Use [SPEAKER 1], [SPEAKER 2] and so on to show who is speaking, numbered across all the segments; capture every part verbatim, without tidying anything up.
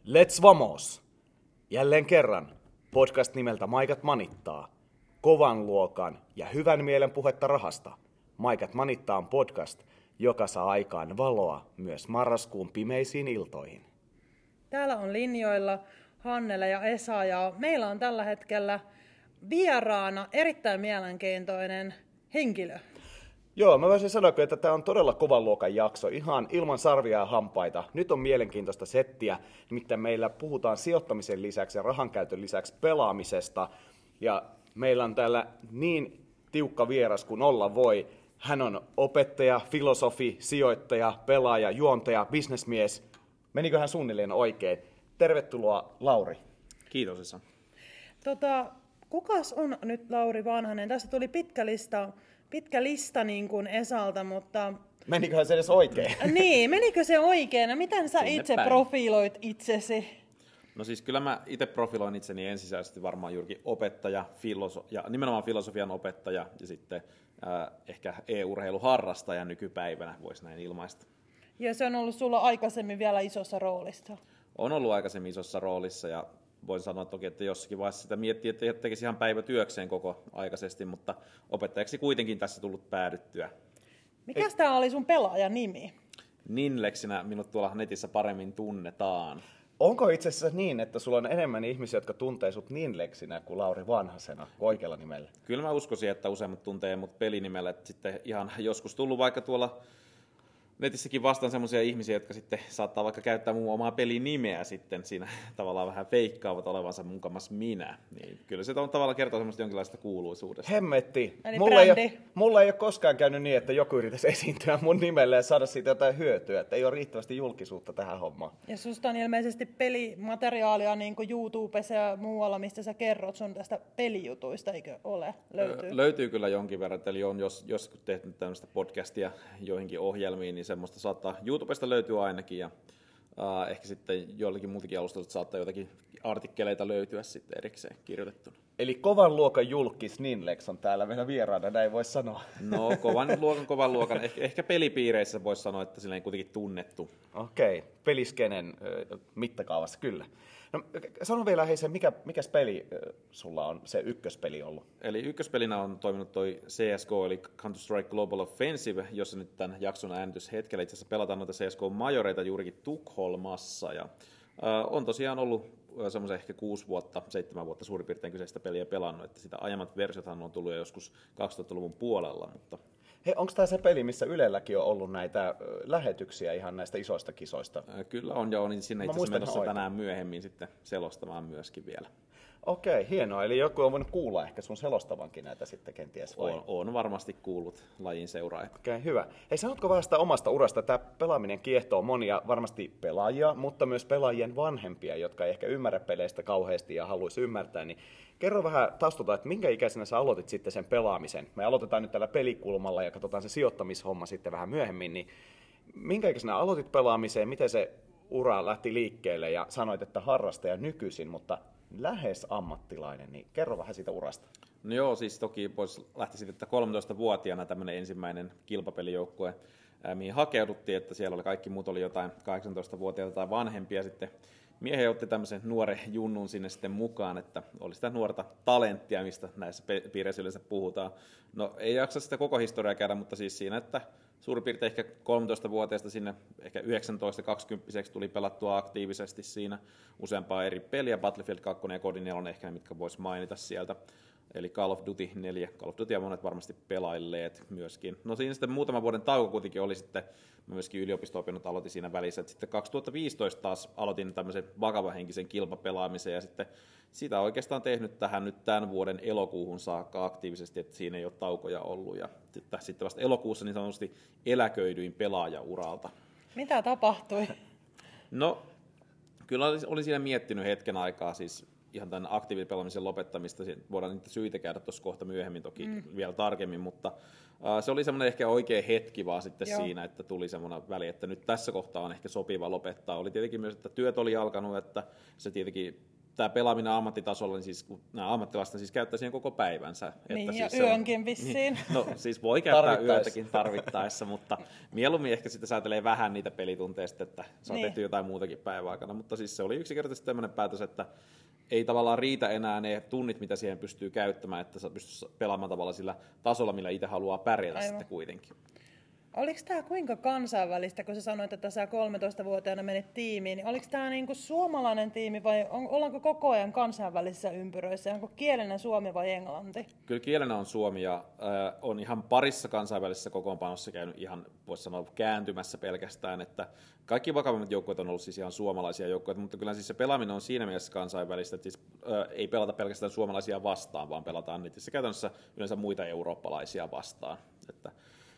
[SPEAKER 1] Let's vamos! Jälleen kerran podcast nimeltä Maikat manittaa. Kovan luokan ja hyvän mielen puhetta rahasta. Maikat manittaa on podcast, joka saa aikaan valoa myös marraskuun pimeisiin iltoihin.
[SPEAKER 2] Täällä on linjoilla Hannele ja Esa ja meillä on tällä hetkellä vieraana erittäin mielenkiintoinen henkilö.
[SPEAKER 1] Joo, mä voisin sanoa, että tämä on todella kovan luokan jakso, ihan ilman sarvia ja hampaita. Nyt on mielenkiintoista settiä, nimittäin meillä puhutaan sijoittamisen lisäksi ja rahankäytön lisäksi pelaamisesta. Ja meillä on täällä niin tiukka vieras kuin olla voi. Hän on opettaja, filosofi, sijoittaja, pelaaja, juontaja, bisnesmies. Meniköhän suunnilleen oikein? Tervetuloa, Lauri.
[SPEAKER 3] Kiitos, Esa.
[SPEAKER 2] Tota, kukas on nyt Lauri Vanhanen? Tässä tuli pitkä lista, pitkä lista niin kuin Esalta, mutta...
[SPEAKER 1] Meniköhän se edes oikein?
[SPEAKER 2] Niin, menikö se oikein? Miten sä
[SPEAKER 3] Sinne
[SPEAKER 2] itse
[SPEAKER 3] päin.
[SPEAKER 2] profiloit itsesi?
[SPEAKER 3] No siis kyllä mä itse profiloin itseni ensisijaisesti varmaan juurikin opettaja, filoso- ja nimenomaan filosofian opettaja ja sitten äh, ehkä e-urheiluharrastaja nykypäivänä, voisi näin ilmaista.
[SPEAKER 2] Ja se on ollut sulla aikaisemmin vielä isossa roolissa.
[SPEAKER 3] On ollut aikaisemmin isossa roolissa ja voin sanoa toki, että jossakin vaiheessa sitä miettii, että tekisi ihan päivätyökseen koko aikaisesti, mutta opettajaksi kuitenkin tässä tullut päädyttyä.
[SPEAKER 2] Mikäs tää oli sun pelaajan nimi?
[SPEAKER 3] Ninleksinä minut tuolla netissä paremmin tunnetaan.
[SPEAKER 1] Onko itse asiassa niin, että sulla on enemmän ihmisiä, jotka tuntee sut Ninleksinä kuin Lauri Vanhasena, kuin oikealla nimellä?
[SPEAKER 3] Kyllä mä uskoisin, että useimmat tuntee mut pelinimellä, että sitten ihan joskus tullut vaikka tuolla netissäkin vastaan semmoisia ihmisiä, jotka sitten saattaa vaikka käyttää mun omaa pelinimeä sitten siinä tavallaan vähän feikkaavat olevansa mukamas minä. Niin kyllä se on tavallaan kertoo semmoista jonkinlaista kuuluisuudesta.
[SPEAKER 1] Hemmetti.
[SPEAKER 2] Eli
[SPEAKER 1] Mulla ei,
[SPEAKER 2] brändi.
[SPEAKER 1] ole, mulla ei ole koskaan käynyt niin, että joku yrittäisi esiintyä mun nimelle ja saada siitä jotain hyötyä. Että ei ole riittävästi julkisuutta tähän hommaan.
[SPEAKER 2] Ja susta on ilmeisesti pelimateriaalia niin kuin YouTubessa ja muualla, mistä sä kerrot sun tästä pelijutuista, eikö ole? Löytyy?
[SPEAKER 3] Löytyy kyllä jonkin verran, eli on jos, jos tehnyt tämmöistä podcastia joihinkin ohjelmiin, niin semmoista saattaa, YouTubesta löytyy ainakin, ja uh, ehkä sitten joillakin muutakin alustalta saattaa jotakin artikkeleita löytyä sitten erikseen kirjoitettuna.
[SPEAKER 1] Eli kovan luokan julkis Ninlex on täällä meidän vieraana, näin voisi sanoa.
[SPEAKER 3] No kovan luokan, kovan luokan, ehkä, ehkä pelipiireissä voisi sanoa, että silleen kuitenkin tunnettu.
[SPEAKER 1] Okei, peliskenen ö, mittakaavassa kyllä. No, sano vielä hei se, mikä, mikäs peli ö, sulla on se ykköspeli ollut?
[SPEAKER 3] Eli ykköspelinä on toiminut toi C S G O, eli Counter-Strike Global Offensive, jossa nyt tämän jakson äänityshetkellä itse asiassa pelataan noita C S G O-majoreita juurikin Tukholmassa. Ja, äh, on tosiaan ollut semmoisen ehkä kuusi vuotta, seitsemän vuotta suurin piirtein kyseistä peliä pelannut, että sitä aiemmat versiothan on tullut jo joskus kaksituhattaluvun puolella, mutta...
[SPEAKER 1] Hei, onko tämä se peli, missä Ylelläkin on ollut näitä ö, lähetyksiä ihan näistä isoista kisoista?
[SPEAKER 3] Äh, kyllä on jo, niin sinne
[SPEAKER 1] Mä
[SPEAKER 3] itse asiassa
[SPEAKER 1] muistan
[SPEAKER 3] menossa
[SPEAKER 1] ihan
[SPEAKER 3] tänään myöhemmin sitten selostamaan myöskin vielä.
[SPEAKER 1] Okei, hienoa. Eli joku on voinut kuulla ehkä sun selostavankin näitä sitten kenties vai?
[SPEAKER 3] On, on varmasti kuullut lajin seuraaja.
[SPEAKER 1] Okei, hyvä. Hei, sanotko vähän sitä omasta urasta? Tämä pelaaminen kiehtoo monia varmasti pelaajia, mutta myös pelaajien vanhempia, jotka ei ehkä ymmärrä peleistä kauheasti ja haluaisi ymmärtää. Niin kerro vähän taustalta, että minkä ikäisenä sä aloitit sitten sen pelaamisen? Me aloitetaan nyt tällä pelikulmalla ja katsotaan se sijoittamishomma sitten vähän myöhemmin. Niin minkä ikäisenä aloitit pelaamiseen? Miten se ura lähti liikkeelle ja sanoit, että harrastaja nykyisin, mutta lähes ammattilainen, niin kerro vähän siitä urasta.
[SPEAKER 3] No joo, siis toki voisi lähteä siitä, että kolmetoistavuotiaana tämmöinen ensimmäinen kilpapelijoukkue, ää, mihin hakeuduttiin, että siellä oli kaikki muut oli jotain kahdeksantoistavuotiaita tai vanhempia. Sitten miehen otti tämmöisen nuoren junnun sinne sitten mukaan, että oli sitä nuorta talenttia, mistä näissä piireissä yleensä puhutaan. No ei jaksa sitä koko historiaa käydä, mutta siis siinä, että suurin piirtein ehkä kolmetoistavuotiaasta sinne ehkä yhdeksäntoista kaksikymmentä tuli pelattua aktiivisesti siinä useampaa eri peliä, Battlefield kaksi ja Code neljä ehkä, mitkä voisi mainita sieltä. Eli Call of Duty neljä, Call of Duty ja monet varmasti pelailleet myöskin. No siinä sitten muutaman vuoden tauko kuitenkin oli sitten, mä myöskin yliopisto-opinnot aloitin siinä välissä, että sitten kaksituhattaviisitoista taas aloitin tämmöisen vakavahenkisen kilpapelaamisen ja sitten sitä oikeastaan tehnyt tähän nyt tämän vuoden elokuuhun saakka aktiivisesti, että siinä ei ole taukoja ollut ja sitten vasta elokuussa niin sanotusti eläköidyin pelaajauralta.
[SPEAKER 2] Mitä tapahtui?
[SPEAKER 3] No kyllä olin siinä miettinyt hetken aikaa siis ihan tämän aktiivipelaamisen lopettamista, voidaan niitä syitä käydä tuossa kohta myöhemmin toki mm. vielä tarkemmin, mutta uh, se oli semmoinen ehkä oikea hetki vaan sitten Joo. siinä, että tuli semmoinen väli, että nyt tässä kohtaa on ehkä sopiva lopettaa. Oli tietenkin myös, että työt oli alkanut, että se tietenkin tämä pelaaminen ammattitasolla, niin siis, kun nämä ammattilaiset siis käyttää siihen koko päivänsä.
[SPEAKER 2] Niin,
[SPEAKER 3] että
[SPEAKER 2] ja
[SPEAKER 3] siis
[SPEAKER 2] yönkin
[SPEAKER 3] on,
[SPEAKER 2] vissiin.
[SPEAKER 3] Niin, no siis voi käyttää
[SPEAKER 1] Tarvittaessa.
[SPEAKER 3] yötäkin tarvittaessa, mutta mieluummin ehkä sitten säätelee vähän niitä pelitunteja sitten, että saa
[SPEAKER 2] Niin.
[SPEAKER 3] tehty jotain muutakin päivän aikana. Mutta siis se oli yksinkertaisesti tämmöinen päätös, että ei tavallaan riitä enää ne tunnit, mitä siihen pystyy käyttämään, että sä pystyt pelaamaan tavallaan sillä tasolla, millä itse haluaa pärjätä
[SPEAKER 2] Aivan.
[SPEAKER 3] sitten kuitenkin.
[SPEAKER 2] Oliko tämä kuinka kansainvälistä, kun sä sanoit, että sä kolmetoistavuotiaana menit tiimiin, niin oliko tämä niinku suomalainen tiimi vai on, ollaanko koko ajan kansainvälisissä ympyröissä? Onko kielinen suomi vai englanti?
[SPEAKER 3] Kyllä kielenä on suomi ja äh, on ihan parissa kansainvälisessä kokoonpanossa käynyt ihan, voisi sanoa, kääntymässä pelkästään, että kaikki vakavimmat joukkueet on ollut siis ihan suomalaisia joukkueita, mutta kyllä siis se pelaaminen on siinä mielessä kansainvälistä, että siis, äh, ei pelata pelkästään suomalaisia vastaan, vaan pelataan niitä se käytännössä yleensä muita eurooppalaisia vastaan. Että,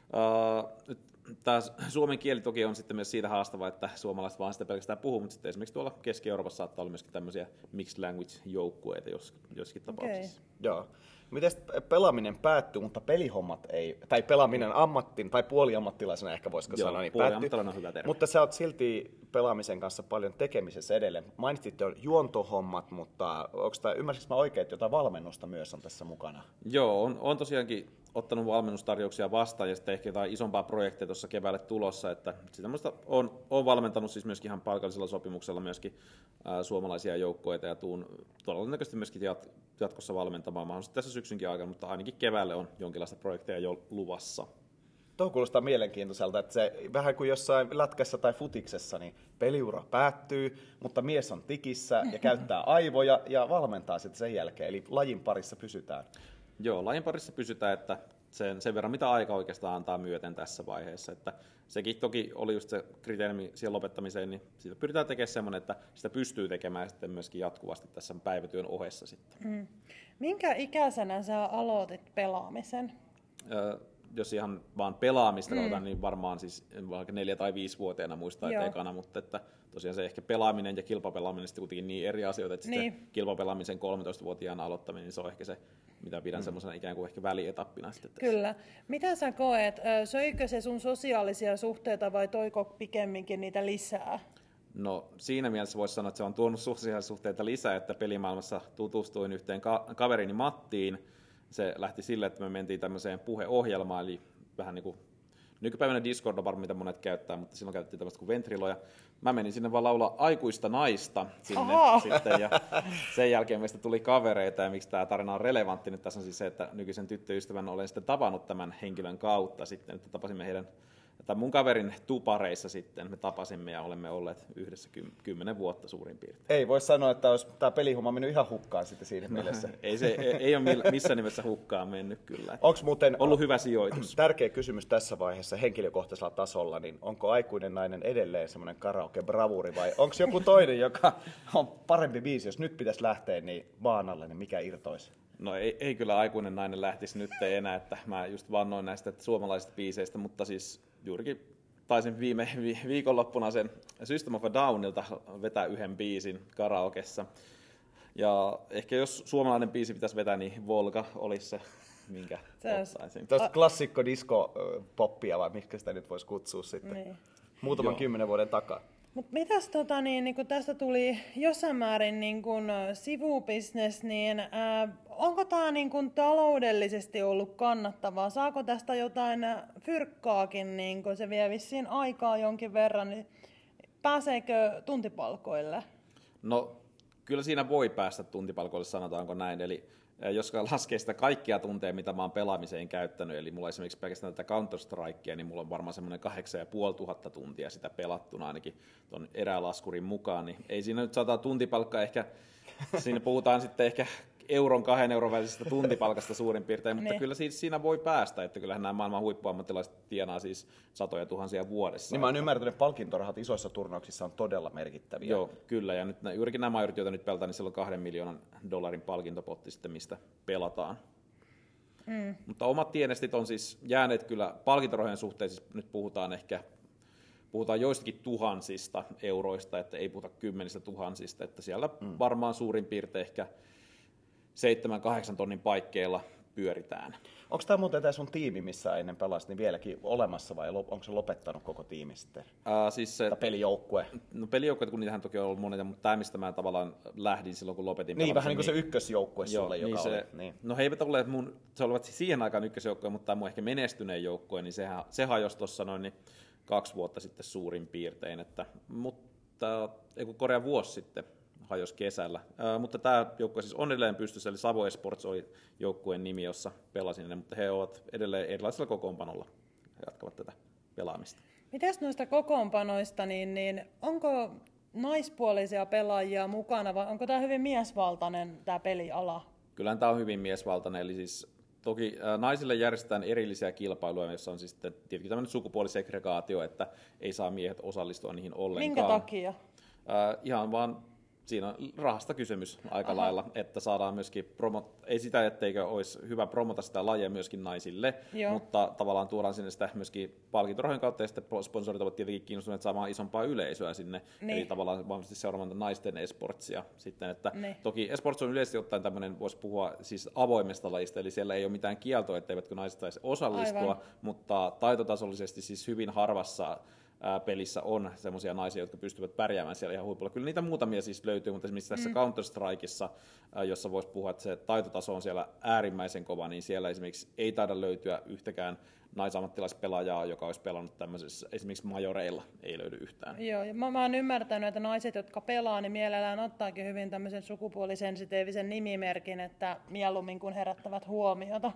[SPEAKER 3] Uh, nyt tämä suomen kieli toki on sitten myös siitä haastava, että suomalaiset vaan sitä pelkästään puhuu, mutta sitten esimerkiksi tuolla Keski-Euroopassa saattaa olla myöskin tämmöisiä mixed language-joukkueita jos, joskin tapauksissa.
[SPEAKER 2] Okay.
[SPEAKER 1] Joo. Miten pelaaminen päättyy, mutta pelihommat ei, tai pelaaminen ammattin, tai puoliammattilaisena ehkä voisiko
[SPEAKER 3] Joo,
[SPEAKER 1] sanoa, niin
[SPEAKER 3] puoliammattilainen on hyvä termi.
[SPEAKER 1] Mutta sä oot silti pelaamisen kanssa paljon tekemisessä edelleen. Mainitsit jo juontohommat, mutta onko tämä, ymmärsinkö mä oikein, että jotain valmennusta myös on tässä mukana?
[SPEAKER 3] Joo, on, on tosiaankin ottanut valmennustarjouksia vastaan ja sitten ehkä jotain isompaa projekteja tuossa keväälle tulossa, että sitä on, on valmentanut siis myöskin ihan palkallisella sopimuksella myöskin ää, suomalaisia joukkoita ja tuun todennäköisesti myöskin jat, jatkossa valmentamaan mahdollisesti tässä syksynkin aikana, mutta ainakin keväälle on jonkinlaista projekteja jo luvassa.
[SPEAKER 1] Tuo kuulostaa mielenkiintoiselta, että se vähän kuin jossain lätkässä tai futiksessa, niin peliura päättyy, mutta mies on tikissä ja käyttää aivoja ja valmentaa sitten sen jälkeen, eli lajin parissa pysytään.
[SPEAKER 3] Joo, lajin parissa pysytään, että sen, sen verran mitä aika oikeastaan antaa myöten tässä vaiheessa. Että sekin toki oli just se kriteeri siihen lopettamiseen, niin siitä pyritään tekemään semmoinen, että sitä pystyy tekemään sitten myöskin jatkuvasti tässä päivätyön ohessa sitten.
[SPEAKER 2] Mm. Minkä ikäisenä sä aloitit pelaamisen?
[SPEAKER 3] Ö, jos ihan vaan pelaamista mm. otan, niin varmaan siis vaikka neljä- tai viisivuotiaana muistaa että ekana, mutta että tosiaan se ehkä pelaaminen ja kilpapelaaminen sitten kuitenkin niin eri asioita, että niin. Sitten kilpapelaamisen kolmetoistavuotiaana aloittaminen, niin se on ehkä se, mitä pidän mm. semmoisena ikään kuin ehkä välietappina sitten.
[SPEAKER 2] Kyllä. Mitä sä koet, söikö se sun sosiaalisia suhteita vai toiko pikemminkin niitä lisää?
[SPEAKER 3] No siinä mielessä voisi sanoa, että se on tuonut sosiaalisia suhteita lisää, että pelimaailmassa tutustuin yhteen ka- kaverini Mattiin. Se lähti sille, että me mentiin tämmöiseen puheohjelmaan, eli vähän niin kuin nykypäivänä Discord on varmaan mitä monet käyttää, mutta silloin käytettiin tämmöistä kuin Ventriloja. Mä menin sinne vaan laulaa aikuista naista sinne sitten, ja sen jälkeen meistä tuli kavereita, ja miksi tämä tarina on relevantti nyt tässä on siis se, että nykyisen tyttöystävän olen sitten tavannut tämän henkilön kautta sitten, että tapasimme heidän tai mun kaverin tupareissa sitten me tapasimme ja olemme olleet yhdessä kymmenen vuotta suurin piirtein.
[SPEAKER 1] Ei voi sanoa, että olisi tämä pelihomma mennyt ihan hukkaan sitten siinä
[SPEAKER 3] no,
[SPEAKER 1] mielessä.
[SPEAKER 3] Ei, se, ei, ei ole missään nimessä hukkaan mennyt kyllä.
[SPEAKER 1] Onko muuten
[SPEAKER 3] ollut hyvä sijoitus?
[SPEAKER 1] Tärkeä kysymys tässä vaiheessa henkilökohtaisella tasolla, niin onko aikuinen nainen edelleen semmoinen karaoke-bravuuri vai onko joku toinen, joka on parempi biisi, jos nyt pitäisi lähteä niin vaanalle, niin mikä irtoisi?
[SPEAKER 3] No ei, ei kyllä aikuinen nainen lähtisi nyt enää, että mä just vannoin näistä suomalaisista biiseistä, mutta siis juurikin taisin viime vi, viikonloppuna sen System of a Downilta vetää yhden biisin karaokessa. Ja ehkä jos suomalainen biisi pitäisi vetää, niin Volga olisi se, minkä ottaisin.
[SPEAKER 1] Tämä on klassikko disco-poppia, vai mikä sitä nyt voisi kutsua sitten
[SPEAKER 2] niin.
[SPEAKER 1] muutaman
[SPEAKER 3] Joo.
[SPEAKER 1] kymmenen vuoden takaa.
[SPEAKER 2] Mutta mitäs tota, niin, niin kun tästä tuli jossain määrin niin kun, sivubisnes, niin ää, onko tämä niin kun taloudellisesti ollut kannattavaa? Saako tästä jotain fyrkkaakin, niin kun se vie vissiin aikaa jonkin verran, niin pääseekö tuntipalkoille?
[SPEAKER 3] No kyllä siinä voi päästä tuntipalkoille, sanotaanko näin. Eli jos laskee sitä kaikkia tunteja, mitä mä oon pelaamiseen käyttänyt, eli mulla esimerkiksi pelkästään tätä Counter-Strikea, niin mulla on varmaan semmoinen kahdeksan ja puoli tuhatta tuntia sitä pelattuna ainakin tuon erälaskurin mukaan, niin ei siinä nyt sata tuntipalkkaa ehkä, siinä puhutaan sitten ehkä euron, kahden euron välisestä tuntipalkasta suurin piirtein, mutta
[SPEAKER 2] niin.
[SPEAKER 3] Kyllä siis siinä voi päästä, että kyllähän nämä maailman huippuammattilaiset tienaa siis satoja tuhansia vuodessa.
[SPEAKER 1] Niin mä oon ymmärtänyt, että palkintorahat isoissa turnauksissa on todella merkittäviä.
[SPEAKER 3] Joo, kyllä, ja nyt, juurikin nämä majorit, joita nyt pelataan, niin siellä on kahden miljoonan dollarin palkintopotti sitten, mistä pelataan. Mm. Mutta omat tienestit on siis jääneet kyllä palkintorahojen suhteen, siis nyt puhutaan ehkä puhutaan joistakin tuhansista euroista, että ei puhuta kymmenistä tuhansista, että siellä mm. varmaan suurin piirtein ehkä seitsemän kahdeksan tonnin paikkeilla pyöritään.
[SPEAKER 1] Onko tämä muuten tämä sun tiimi, missä ennen pelasit, niin vieläkin olemassa vai onko se lopettanut koko tiimi sitten?
[SPEAKER 3] Uh, siis se,
[SPEAKER 1] tai pelijoukkue?
[SPEAKER 3] No pelijoukkueet, kun niitähän toki on ollut monia, mutta tämä, mistä mä tavallaan lähdin silloin, kun lopetin.
[SPEAKER 1] Niin, vähän niin kuin
[SPEAKER 3] niin,
[SPEAKER 1] se ykkösjoukkue sulle,
[SPEAKER 3] joo,
[SPEAKER 1] joka
[SPEAKER 3] niin se,
[SPEAKER 1] oli. Niin.
[SPEAKER 3] No he eivät olleet mun, se olivat siihen aikaan ykkösjoukkue, mutta tämä mun ehkä menestyneen joukkue, niin sehän, se hajosi tuossa noin niin kaksi vuotta sitten suurin piirtein, että, mutta ei kun korjaa vuosi sitten hajosi kesällä. Ää, mutta tämä joukkue siis on edelleen pystyssä, eli Savo Esports oli joukkueen nimi, jossa pelasin, mutta he ovat edelleen erilaisella kokoonpanolla ja jatkavat tätä pelaamista.
[SPEAKER 2] Mitäs noista kokoonpanoista, niin, niin onko naispuolisia pelaajia mukana vai onko tämä hyvin miesvaltainen tämä peliala?
[SPEAKER 3] Kyllähän tämä on hyvin miesvaltainen, eli siis toki ää, naisille järjestetään erillisiä kilpailuja, joissa on siis tietenkin tämmöinen sukupuolisegregaatio, että ei saa miehet osallistua niihin ollenkaan.
[SPEAKER 2] Minkä takia?
[SPEAKER 3] Ää, ihan vaan siinä on rahasta kysymys aika Aha. lailla, että saadaan myöskin, promo- ei sitä, etteikö olisi hyvä promota sitä lajia myöskin naisille, Joo. mutta tavallaan tuodaan sinne sitä myöskin palkintorahojen kautta, ja sitten sponsorit ovat tietenkin kiinnostuneet saamaan isompaa yleisöä sinne, niin. eli tavallaan varmasti seuraamaan naisten esportsia sitten, että niin. Toki esports on yleisesti ottaen tämmöinen, voisi puhua siis avoimesta lajista, eli siellä ei ole mitään kieltoa, etteivätkö naiset saisi osallistua, Aivan. mutta taitotasollisesti siis hyvin harvassa pelissä on semmoisia naisia, jotka pystyvät pärjäämään siellä ihan huipulla. Kyllä niitä muutamia siis löytyy, mutta esimerkiksi tässä mm. Counter-Strikeissa, jossa voisi puhua, että se taitotaso on siellä äärimmäisen kova, niin siellä esimerkiksi ei taida löytyä yhtäkään naisammattilaispelaajaa, joka olisi pelannut tämmöisessä esimerkiksi majoreilla, ei löydy yhtään.
[SPEAKER 2] Joo, ja mä, mä oon ymmärtänyt, että naiset, jotka pelaa, niin mielellään ottaakin hyvin tämmöisen sukupuolisensitiivisen nimimerkin, että mieluummin kun herättävät huomiota.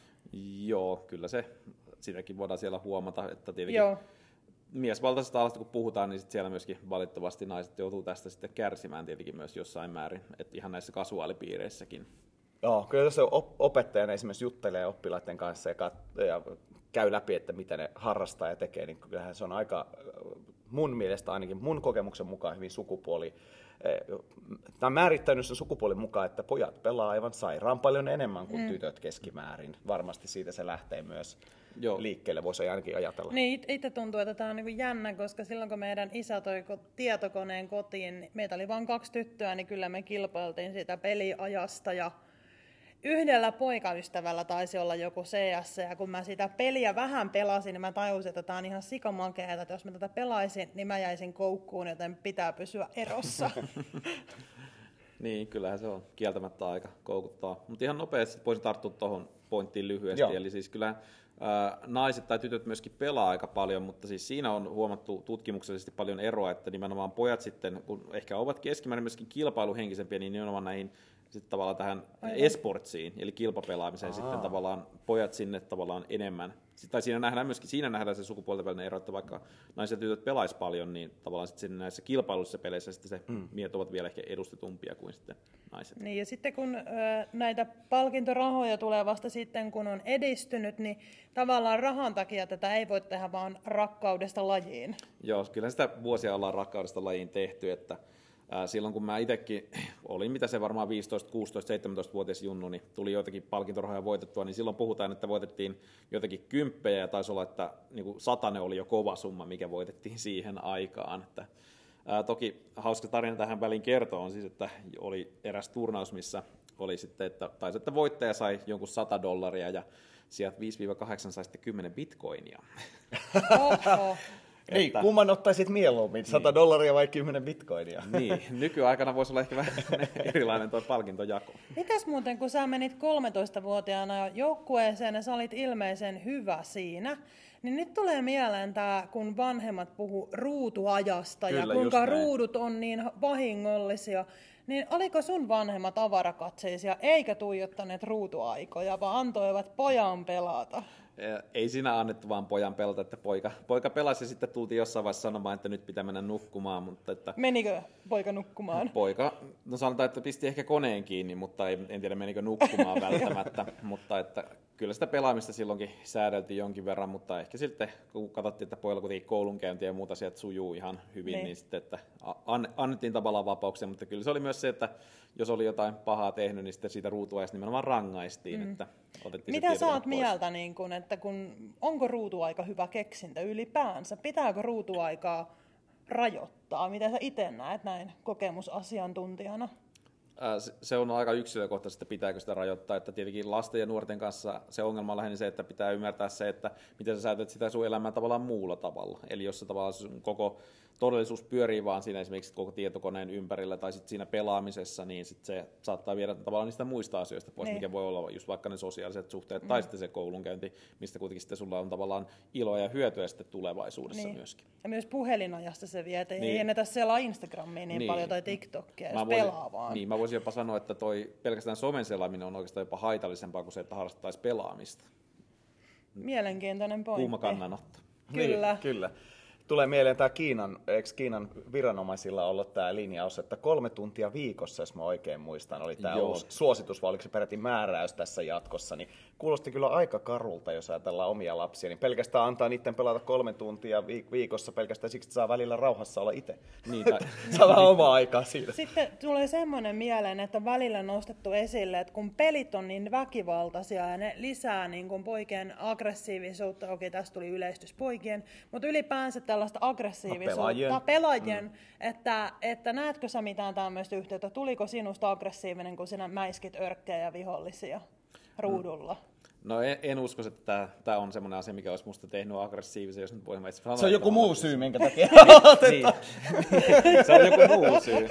[SPEAKER 3] Joo, kyllä se, sitäkin voidaan siellä huomata, että tietenkin
[SPEAKER 2] Joo.
[SPEAKER 3] miesvaltaisesta alasta kun puhutaan, niin sit siellä myöskin valitettavasti naiset joutuu tästä sitten kärsimään tietenkin myös jossain määrin, että ihan näissä kasuaalipiireissäkin.
[SPEAKER 1] Joo, kyllä jos opettajana esimerkiksi juttelee oppilaiden kanssa ja, kat- ja käy läpi, että mitä ne harrastaa ja tekee, niin kyllähän se on aika, mun mielestä ainakin mun kokemuksen mukaan hyvin sukupuoli, tämä on määrittänyt sen sukupuolin mukaan, että pojat pelaa aivan sairaan paljon enemmän kuin mm. tytöt keskimäärin. Varmasti siitä se lähtee myös Joo. liikkeelle, voisi ainakin ajatella.
[SPEAKER 2] Niin, itse tuntuu, että tämä on niin jännä, koska silloin kun meidän isä toi tietokoneen kotiin, niin meitä oli vain kaksi tyttöä, niin kyllä me kilpailtiin siitä peliajasta ja yhdellä poikaystävällä taisi olla joku C S, ja kun mä sitä peliä vähän pelasin, niin mä tajusin, että tämä on ihan sikamakeeta, että jos mä tätä pelaisin, niin mä jäisin koukkuun, joten pitää pysyä erossa.
[SPEAKER 3] Niin, kyllähän se on kieltämättä aika koukuttaa. Mutta ihan nopeasti voisin tarttua tuohon pointtiin lyhyesti. Joo. Eli siis kyllä ää, naiset tai tytöt myöskin pelaa aika paljon, mutta siis siinä on huomattu tutkimuksellisesti paljon eroa, että nimenomaan pojat sitten, kun ehkä ovat keskimäärin myöskin kilpailuhenkisempiä, niin nimenomaan näihin sitten tavallaan tähän Aivan. esportsiin, eli kilpapelaamiseen Aa. sitten tavallaan pojat sinne tavallaan enemmän. Tai siinä nähdään myöskin siinä nähdään se sukupuolten välinen ero, että vaikka naiset ja tytöt pelaisi paljon, niin tavallaan sitten näissä kilpailuissa peleissä sitten se mm. miehet ovat vielä ehkä edustetumpia kuin sitten naiset.
[SPEAKER 2] Niin, ja sitten kun ö, näitä palkintorahoja tulee vasta sitten, kun on edistynyt, niin tavallaan rahan takia tätä ei voi tehdä vaan rakkaudesta lajiin.
[SPEAKER 3] Joo, kyllä sitä vuosia ollaan rakkaudesta lajiin tehty, että silloin kun mä itsekin olin, mitä se varmaan viisitoista, kuusitoista, seitsemäntoista-vuotias junnu, niin tuli joitakin palkintorahoja voitettua, niin silloin puhutaan, että voitettiin jotakin kymppejä ja taisi olla, että niin satanen oli jo kova summa, mikä voitettiin siihen aikaan. Että, ää, toki hauska tarina tähän väliin kertoo on siis, että oli eräs turnaus, missä oli sitten, että taisi, että voittaja sai jonkun sata dollaria ja sieltä viisi kahdeksan sai sitten kymmenen bitcoinia.
[SPEAKER 2] Oho.
[SPEAKER 1] Niin, että, kumman ottaisit mieluummin, sata niin. dollaria vai kymmenen bitcoinia?
[SPEAKER 3] Niin, nykyaikana voisi olla ehkä vähän erilainen tuo palkintojako.
[SPEAKER 2] Mitäs muuten, kun sä menit kolmetoistavuotiaana joukkueeseen ja sä olit ilmeisen hyvä siinä, niin nyt tulee mieleen tämä, kun vanhemmat puhuu ruutuajasta Kyllä, ja kuinka ruudut on niin vahingollisia. Niin oliko sun vanhemmat avarakatseisia eikä tuijottaneet ruutuaikoja, vaan antoivat pojan pelata?
[SPEAKER 3] Ei siinä annettu vaan pojan pelata, että poika, poika pelasi ja sitten tultiin jossain vaiheessa sanomaan, että nyt pitää mennä nukkumaan. Mutta että
[SPEAKER 2] menikö poika nukkumaan?
[SPEAKER 3] Poika, no sanotaan, että pisti ehkä koneen kiinni, mutta ei, en tiedä menikö nukkumaan välttämättä. Mutta että kyllä sitä pelaamista silloinkin säädeltiin jonkin verran, mutta ehkä sitten kun katsottiin, että pojalla kuitenkin koulunkäyntiä ja muuta sieltä sujuu ihan hyvin, niin, niin sitten että annettiin tavallaan vapauksia, mutta kyllä se oli myös se, että jos oli jotain pahaa tehnyt, niin sitten siitä ruutuajasta nimenomaan rangaistiin. Mm. Että otettiin
[SPEAKER 2] Mitä
[SPEAKER 3] se
[SPEAKER 2] sä oot
[SPEAKER 3] pois.
[SPEAKER 2] mieltä, niin kun, että kun, onko ruutuaika hyvä keksintö ylipäänsä? Pitääkö ruutuaikaa rajoittaa? Mitä sä itse näet näin kokemusasiantuntijana?
[SPEAKER 3] Se on aika yksilökohtaisesti, pitääkö sitä rajoittaa, että tietenkin lasten ja nuorten kanssa se ongelma on lähinnä se, että pitää ymmärtää se, että miten sä säätät sitä sun elämää tavallaan muulla tavalla. Eli jos se tavallaan koko todellisuus pyörii vaan siinä esimerkiksi koko tietokoneen ympärillä tai sitten siinä pelaamisessa, niin sit se saattaa viedä tavallaan niistä muista asioista pois, niin. Mikä voi olla just vaikka ne sosiaaliset suhteet mm. tai sitten se koulunkäynti, mistä kuitenkin sitten sulla on tavallaan iloa ja hyötyä sitten tulevaisuudessa niin. Myöskin.
[SPEAKER 2] Ja myös puhelinajasta se vie, ei niin. Ennetä selaa Instagramia niin, niin paljon tai TikTokia, jos voisin, pelaa vaan.
[SPEAKER 3] Niin, mä voisin jopa sanoa, että toi pelkästään somen selaaminen on oikeastaan jopa haitallisempaa kuin se, että harrastaisi pelaamista.
[SPEAKER 2] Mielenkiintoinen pointti.
[SPEAKER 3] Kuuma kannanotto.
[SPEAKER 2] Kyllä.
[SPEAKER 1] Niin, kyllä. Tulee mieleen tämä Kiinan, eikö Kiinan viranomaisilla ollut tämä linjaus, että kolme tuntia viikossa, jos mä oikein muistan, oli tämä Joo. uusi suositus, vai oliko se peräti määräys tässä jatkossa, niin kuulosti kyllä aika karulta, jos ajatellaan omia lapsia, niin pelkästään antaa niiden pelata kolme tuntia viikossa pelkästään siksi, että saa välillä rauhassa olla itse. Niitä. Saa vähän omaa aikaa siitä.
[SPEAKER 2] Sitten tulee semmoinen mieleen, että on välillä nostettu esille, että kun pelit on niin väkivaltaisia ja ne lisää niin kuin poikien aggressiivisuutta, okei tässä tuli yleistys poikien, mutta ylipäänsä tällaista aggressiivisuutta no, pelaajien, pelaajien mm. että, että näetkö sä mitään tämmöistä yhteyttä? Tuliko sinusta aggressiivinen, kun sinä mäiskit örkkejä ja vihollisia ruudulla? Mm.
[SPEAKER 3] No en, en usko, että tämä on semmoinen asia, mikä olisi musta tehnyt aggressiivisen, jos nyt voimme sanoa.
[SPEAKER 1] Se on joku muu syy, minkä takia
[SPEAKER 3] niin. Se on joku muu syy.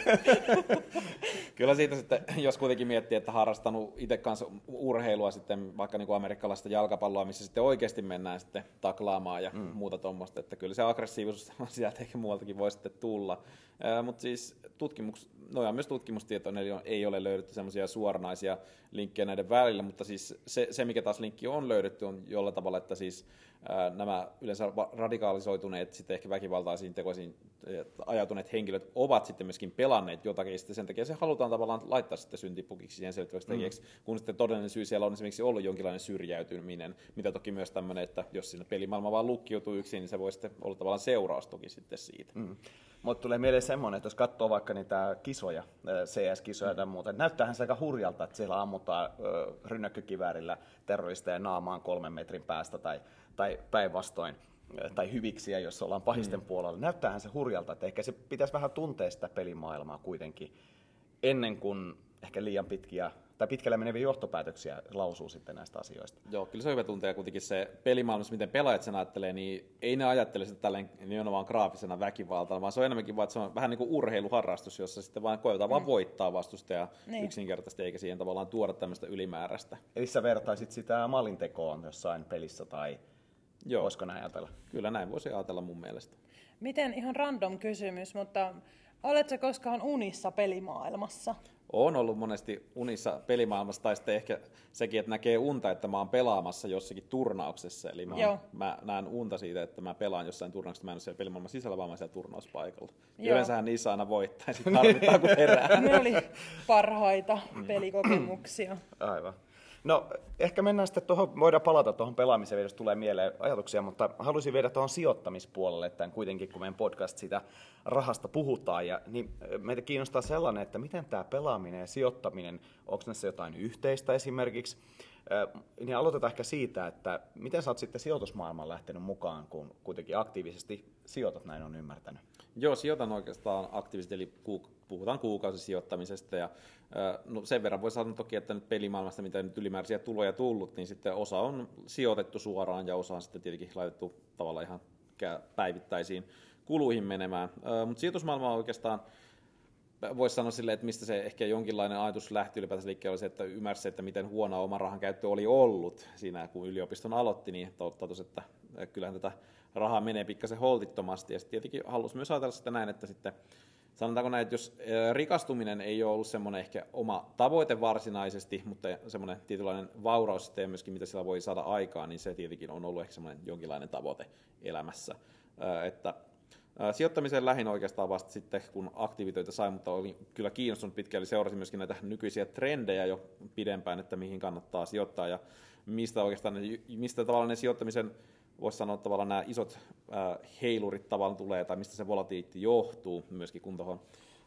[SPEAKER 3] Kyllä siitä sitten, jos kuitenkin miettii, että harrastanut itse kanssa urheilua sitten, vaikka niin kuin amerikkalaista jalkapalloa, missä sitten oikeasti mennään sitten taklaamaan ja mm. muuta tuommoista, että kyllä se aggressiivisuus sieltä ehkä muualtakin voi sitten tulla. Äh, mutta siis tutkimus, no myös tutkimustietoon eli ei ole löydetty semmoisia suoranaisia linkkejä näiden välillä, mutta siis se, se mikä taas linkki on löydetty on jollain tavalla, että siis ää, nämä yleensä radikalisoituneet, sitten ehkä väkivaltaisiin tekoisiin ajautuneet henkilöt ovat sitten myöskin pelanneet jotakin, ja sitten sen takia se halutaan tavallaan laittaa sitten syntipukiksi siihen selvittäväksi tekijäksi, mm. kun sitten todellinen syy siellä on esimerkiksi ollut jonkinlainen syrjäytyminen, mitä toki myös tämmöinen, että jos sinne pelimaailma vaan lukkiutuu yksin, niin se voi sitten olla tavallaan seuraus toki sitten siitä. Mm.
[SPEAKER 1] Mutta tulee mieleen semmoinen, että jos katsoo vaikka niitä kisoja, C S-kisoja mm. tai muuta, näyttäähän se aika hurjalta, että siellä ammutaan rynnäkkökiväärillä terroristeja naamaan kolmen metrin päästä tai, tai päinvastoin, tai hyviksiä, jos ollaan pahisten mm. puolella. Näyttäähän se hurjalta, että ehkä se pitäisi vähän tuntea sitä pelimaailmaa kuitenkin, ennen kuin ehkä liian pitkiä tai pitkälle meneviä johtopäätöksiä lausuu sitten näistä asioista.
[SPEAKER 3] Joo, kyllä se on hyvä tuntea kuitenkin se pelimaailmassa, miten pelaajat sen ajattelee, niin ei ne ajattele sitä tälleen nimenomaan graafisena väkivaltana, vaan se on enemmänkin vaan, että se on vähän niin kuin urheiluharrastus, jossa sitten vaan koetaan mm. vaan voittaa vastustajaa niin. yksinkertaisesti, eikä siihen tavallaan tuoda tämmöistä ylimääräistä.
[SPEAKER 1] Eli sä vertaisit sitä maalintekoon jossain pelissä, tai Joo. voisiko näin ajatella?
[SPEAKER 3] Kyllä näin voisi ajatella mun mielestä.
[SPEAKER 2] Miten, ihan random kysymys, mutta oletko koskaan unissa pelimaailmassa?
[SPEAKER 3] Olen ollut monesti unissa pelimaailmassa, tai sitten ehkä sekin, että näkee unta, että mä oon pelaamassa jossakin turnauksessa. Eli mä, oon, mä näen unta siitä, että mä pelaan jossain turnauksessa, mä en ole siellä pelimaailman sisällä, vaan mä siellä turnauspaikalla. Yleensähän niissä aina voittaa, ja sitten harmittaa, kun herää.
[SPEAKER 2] Ne oli parhaita pelikokemuksia.
[SPEAKER 1] Aivan. No, ehkä mennään sitten tuohon, voidaan palata tuohon pelaamiseen, jos tulee mieleen ajatuksia, mutta haluaisin viedä tuohon sijoittamispuolelle, että kuitenkin kun meidän podcast sitä rahasta puhutaan, ja, niin meitä kiinnostaa sellainen, että miten tämä pelaaminen ja sijoittaminen, onko näissä jotain yhteistä esimerkiksi, niin aloitetaan ehkä siitä, että miten sä oot sitten sijoitusmaailmaan lähtenyt mukaan, kun kuitenkin aktiivisesti sijoitat, näin on ymmärtänyt.
[SPEAKER 3] Joo, sijoitan oikeastaan aktiivisesti, eli puhutaan kuukausisijoittamisesta, ja no sen verran voi sanoa toki, että nyt pelimaailmasta, mitä nyt ylimääräisiä tuloja tullut, niin sitten osa on sijoitettu suoraan, ja osa on sitten tietenkin laitettu tavallaan ihan päivittäisiin kuluihin menemään, mutta sijoitusmaailma on oikeastaan, voisi sanoa silleen, että mistä se ehkä jonkinlainen ajatus lähti ylipäätään liikkeelle, oli se, että ymmärsi, että miten huonoa oma rahan käyttö oli ollut siinä, kun yliopiston aloitti, niin totuus, että kyllähän tätä rahaa menee pikkasen holtittomasti, ja sitten tietenkin halusi myös ajatella sitä näin, että sitten sanotaanko näin, että jos rikastuminen ei ole ollut semmoinen ehkä oma tavoite varsinaisesti, mutta semmoinen tietynlainen vauraus sitten ja myöskin mitä sillä voi saada aikaan, niin se tietenkin on ollut ehkä semmoinen jonkinlainen tavoite elämässä, että sijoittamiseen lähin oikeastaan vasta sitten, kun aktiivitoita sain, mutta olin kyllä kiinnostunut pitkään, eli seurasin myöskin näitä nykyisiä trendejä jo pidempään, että mihin kannattaa sijoittaa ja mistä oikeastaan, mistä tavallaan ne sijoittamisen, voisi sanoa tavallaan nämä isot äh, heilurit tavallaan tulee, tai mistä se volatiliteetti johtuu myöskin, kun tuohon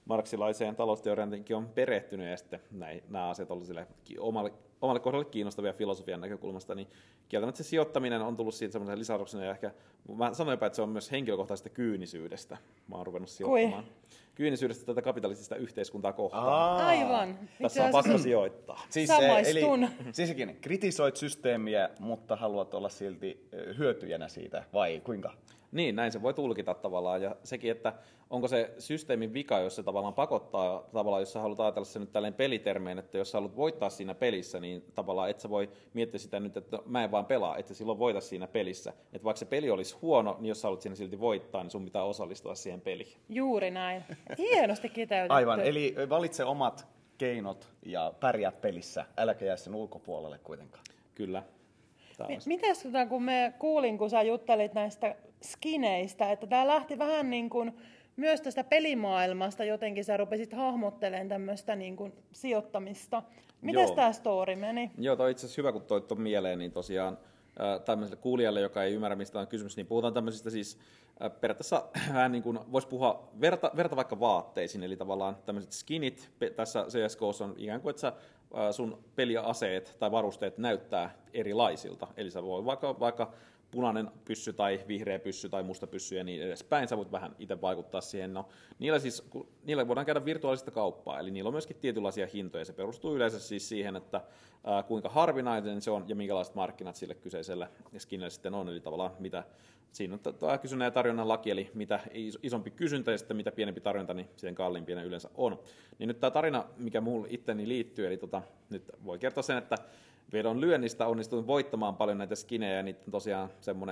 [SPEAKER 3] marksilaiseen talousteoriankin on perehtynyt ja sitten näin, nämä asiat ovat sille omalle, omalle kohdalle kiinnostavia filosofian näkökulmasta, niin kieltämättä se sijoittaminen on tullut siitä semmoisen lisäarvoksena ja ehkä, mä sanoin jopa, että se on myös henkilökohtaisesta kyynisyydestä. Mä oon ruvennut sijoittamaan. Kui? Kyynisyydestä tätä kapitalistista yhteiskuntaa kohtaan.
[SPEAKER 2] Aa, aivan.
[SPEAKER 3] Tässä on pakko sijoittaa.
[SPEAKER 1] Siis, eli, siskin kritisoit systeemiä, mutta haluat olla silti hyötyjänä siitä, vai kuinka?
[SPEAKER 3] Niin, näin se voi tulkita tavallaan. Ja sekin, että onko se systeemin vika, jos se tavallaan pakottaa, tavallaan jos sä haluat ajatella se nyt tälleen pelitermeen, että jos sä haluat voittaa siinä pelissä, niin tavallaan et sä voi miettiä sitä nyt, että mä en vaan pelaa, että sä silloin voita siinä pelissä. Että vaikka se peli olisi huono, niin jos sä haluat siinä silti voittaa, niin sun pitää osallistua siihen peliin.
[SPEAKER 2] Juuri näin. Hienosti kiteytetty.
[SPEAKER 1] Aivan, eli valitse omat keinot ja pärjää pelissä, äläkä jää sen ulkopuolelle kuitenkaan.
[SPEAKER 3] Kyllä.
[SPEAKER 2] M- Mites kun me kuulin, kun sä juttelit näistä skineistä, että tää lähti vähän niin kuin myös tästä pelimaailmasta, jotenkin sä rupesit hahmottelemaan tämmöistä niin kuin sijoittamista. Mites tää story meni?
[SPEAKER 3] Joo, toi itse asiassa hyvä, kun toit ton mieleen, niin tosiaan äh, tämmöiselle kuulijalle, joka ei ymmärrä, mistä on kysymys, niin puhutaan tämmöisistä siis äh, periaatteessa vähän niin kuin voisi puhua verta, verta vaikka vaatteisiin, eli tavallaan tämmöiset skinit pe- tässä C S K:ssa on ikään kuin, että sä sun peliaseet tai varusteet näyttää erilaisilta. Eli sä voi vaikka, vaikka punainen pyssy tai vihreä pyssy tai musta pyssy ja niin edespäin. Sä voit vähän itse vaikuttaa siihen. No, niillä, siis, niillä voidaan käydä virtuaalista kauppaa, eli niillä on myöskin tietynlaisia hintoja. Se perustuu yleensä siis siihen, että ää, kuinka harvinainen se on ja minkälaiset markkinat sille kyseiselle skinille sitten on. Eli tavallaan mitä siinä on tämä kysynnän ja tarjonnan laki, eli mitä isompi kysyntä ja sitten mitä pienempi tarjonta, niin sen kalliimpi ne yleensä on. Niin nyt tämä tarina, mikä minulle itteni liittyy, eli tota, nyt voi kertoa sen, että vedon lyönnistä onnistuin voittamaan paljon näitä skinejä, ja niitä tosiaan semmoinen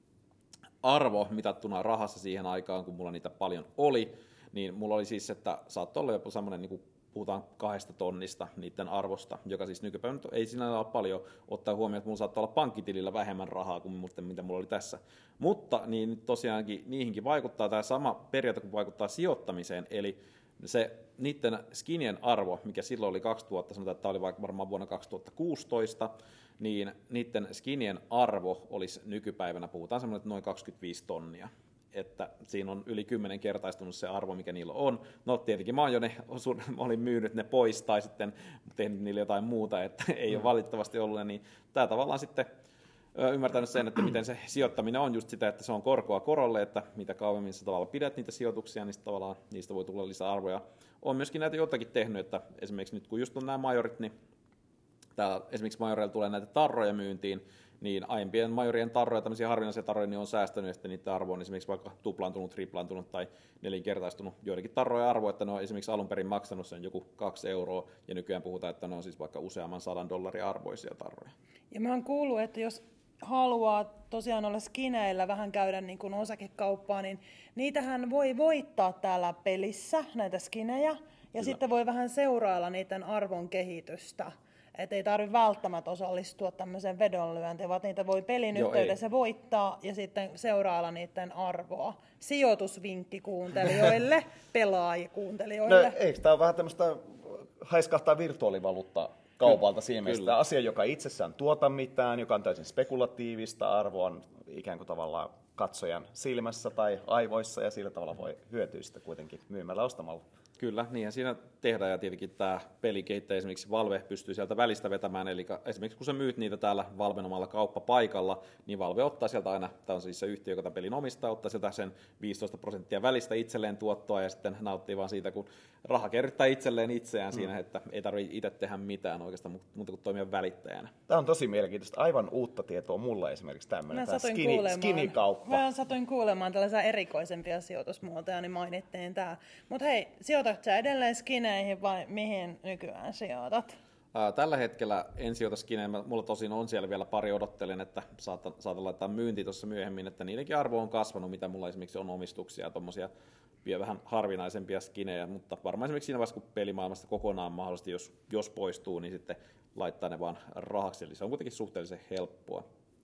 [SPEAKER 3] arvo mitattuna rahassa siihen aikaan, kun mulla niitä paljon oli, niin mulla oli siis, että saattoi olla joku semmoinen, niin kuin puhutaan kahdesta tonnista niiden arvosta, joka siis nykypäivänä ei sinällään ole paljon, ottaa huomioon, että mulla saattaa olla pankkitilillä vähemmän rahaa kuin mitä mulla oli tässä. Mutta niin tosiaankin niihinkin vaikuttaa tämä sama periaate, kun vaikuttaa sijoittamiseen, eli se niiden skinien arvo, mikä silloin oli kaksituhatta, sanotaan, että tämä oli vaikka varmaan vuonna kaksituhattakuusitoista, niin niiden skinien arvo olisi nykypäivänä, puhutaan semmoinen, että noin kaksikymmentäviisi tonnia. Että siinä on yli kymmenen kertaistunut se arvo, mikä niillä on. No tietenkin mä, oon jo ne, olin myynyt ne pois tai sitten tehnyt niille jotain muuta, että ei ole valitettavasti ollut. Niin tämä tavallaan sitten ymmärtänyt sen, että miten se sijoittaminen on just sitä, että se on korkoa korolle, että mitä kauemmin sä tavallaan pidät niitä sijoituksia, niin tavallaan niistä voi tulla lisäarvoja. Olen myöskin näitä jotakin tehnyt, että esimerkiksi nyt kun just on nämä majorit, niin täällä esimerkiksi majoreilla tulee näitä tarroja myyntiin, niin aiempien majorien tarroja, tämmöisiä harvinaisia tarroja, niin on säästänyt, ja sitten niiden arvo on esimerkiksi vaikka tuplaantunut, triplaantunut tai nelinkertaistunut. Joidenkin tarroja arvo, että ne on esimerkiksi alun perin maksanut sen joku kaksi euroa, ja nykyään puhutaan, että ne on siis vaikka useamman sadan dollarin arvoisia tarroja.
[SPEAKER 2] Ja mä oon kuullut, että jos haluaa tosiaan olla skineillä vähän käydä niin kuin osakekauppaa, niin niitähän voi voittaa täällä pelissä, näitä skinejä, ja Kyllä. sitten voi vähän seurailla niiden arvon kehitystä. Että ei tarvitse välttämättä osallistua tämmöiseen vedonlyöntiin, vaan niitä voi pelin Joo, yhteydessä ei. voittaa ja sitten seurailla niiden arvoa. Sijoitusvinkki kuuntelijoille, pelaajikuuntelijoille.
[SPEAKER 1] No eikö tämä ole vähän tämmöistä haiskahtaa virtuaalivaluutta kaupalta siinä mielessä? Asia, joka itsessään tuota mitään, joka on täysin spekulatiivista, arvo on ikään kuin tavallaan katsojan silmässä tai aivoissa ja sillä tavalla voi hyötyä sitä kuitenkin myymällä ostamalla.
[SPEAKER 3] Kyllä, niinhän siinä tehdään ja tietenkin tämä pelikehittäjä, esimerkiksi Valve pystyy sieltä välistä vetämään, eli esimerkiksi kun sä myyt niitä täällä Valven omalla kauppapaikalla, niin Valve ottaa sieltä aina, tämä on siis se yhtiö, joka tämän pelin omistaa, ottaa sieltä sen viisitoista prosenttia välistä itselleen tuottoa ja sitten nauttii vaan siitä, kun raha kerryttää itselleen itseään mm. siinä, että ei tarvitse itse tehdä mitään oikeastaan, mutta kun toimia välittäjänä.
[SPEAKER 1] Tämä on tosi mielenkiintoista, aivan uutta tietoa mulle esimerkiksi tämmöinen, tämä skini, skinikauppa.
[SPEAKER 2] Mä satuin kuulemaan tällaisia erikoisempia sijoitusmuotoja, niin mainittiin tämä. Mutta hei, sijoitatko sä edelleen skineihin vai mihin nykyään sijoitat?
[SPEAKER 3] Tällä hetkellä en sijoita skineihin. Mulla tosin on siellä vielä pari, odottelen, että saatan, saatan laittaa myyntiin tuossa myöhemmin, että niidenkin arvo on kasvanut, mitä mulla esimerkiksi on omistuksia, tuommoisia vähän harvinaisempia skinejä, mutta varmaan esimerkiksi siinä vaiheessa, kun pelimaailmasta kokonaan mahdollisesti, jos, jos poistuu, niin sitten laittaa ne vaan rahaksi, eli se on kuitenkin suhteellisen helppoa.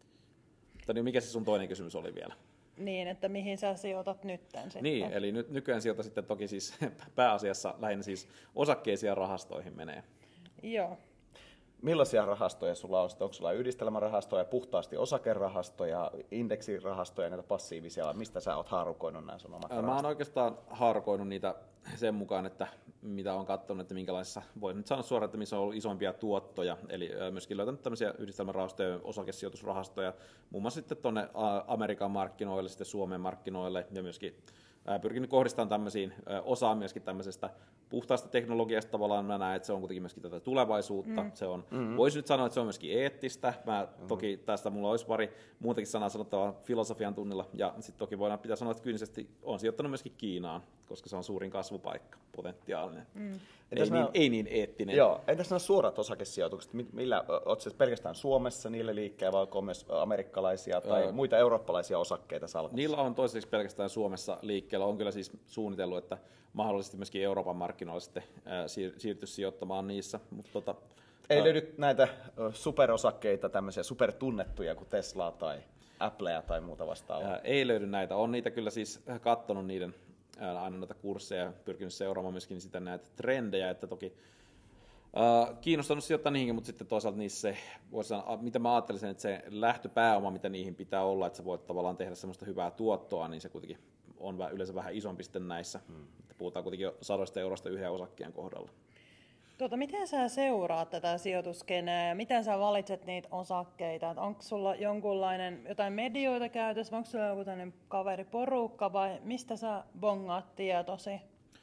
[SPEAKER 3] Mutta niin mikä se sun toinen kysymys oli vielä?
[SPEAKER 2] Niin, että mihin sä sijoitat nytten sitten?
[SPEAKER 3] Niin, eli nyt, nykyään sijoita sitten toki siis pääasiassa lähinnä siis osakkeisiin ja rahastoihin menee.
[SPEAKER 2] Joo.
[SPEAKER 1] millaisia rahastoja sulla on? Onko sulla yhdistelmärahastoja, puhtaasti osakerahastoja, indeksirahastoja, näitä passiivisia? Mistä sä oot haarukoinut nämä sun omat rahastot?
[SPEAKER 3] Mä oon oikeastaan haarukoinut niitä sen mukaan, että mitä on katsonut, että minkälaisissa, voin nyt sanoa suoraan, että missä on ollut isompia tuottoja, eli myöskin löytänyt tämmöisiä yhdistelmärahastoja, osakesijoitusrahastoja, muun muassa sitten tuonne Amerikan markkinoille, sitten Suomen markkinoille ja myöskin pyrkinyt kohdistamaan tämmöisiin osaan myöskin tämmöisestä puhtaasta teknologiasta tavallaan. Mä näen, että se on kuitenkin myöskin tätä tulevaisuutta. Mm. Se on, mm-hmm. Voisi nyt sanoa, että se on myöskin eettistä. Mä, mm-hmm. Toki tästä mulla olisi pari muutakin sanaa sanottavaa filosofian tunnilla. Ja sitten toki voidaan pitää sanoa, että kyynisesti on sijoittanut myöskin Kiinaan, koska se on suurin kasvupaikka, potentiaalinen. Mm. Ei,
[SPEAKER 1] nämä,
[SPEAKER 3] niin, ei niin eettinen.
[SPEAKER 1] Joo, entäs nämä suorat osakesijoitukset? Millä, oletko pelkästään Suomessa niille liikkeellä, vai onko myös amerikkalaisia tai öö, muita eurooppalaisia osakkeita salkussa?
[SPEAKER 3] Niillä on toistaiseksi pelkästään Suomessa liikkeellä. On kyllä siis suunnitellut, että mahdollisesti myöskin Euroopan markkinoilla sitten siir- siirtyisi sijoittamaan niissä. Mutta tota,
[SPEAKER 1] ei ää... löydy näitä superosakkeita, tämmöisiä supertunnettuja kuin Teslaa tai Applea tai muuta vastaavaa?
[SPEAKER 3] Ää, ei löydy näitä. On niitä kyllä siis katsonut niiden aina noita kursseja ja pyrkinyt seuraamaan myöskin sitä näitä trendejä, että toki äh, kiinnostanut sijoittaa niihinkin, mutta sitten toisaalta niissä se, voisi sanoa, mitä mä ajattelisin, että se lähtöpääoma, mitä niihin pitää olla, että sä voit tavallaan tehdä semmoista hyvää tuottoa, niin se kuitenkin on yleensä vähän isompi sitten näissä. Hmm. Puhutaan kuitenkin jo sadoista eurosta yhden osakkeen kohdalla.
[SPEAKER 2] Tuota, miten sä seuraat tätä sijoituskeneä ja miten sä valitset niitä osakkeita? Et onko sulla jonkunlainen jotain medioita käytössä, vai onko sulla joku tämmöinen kaveriporukka vai mistä sä bongaat tietosi?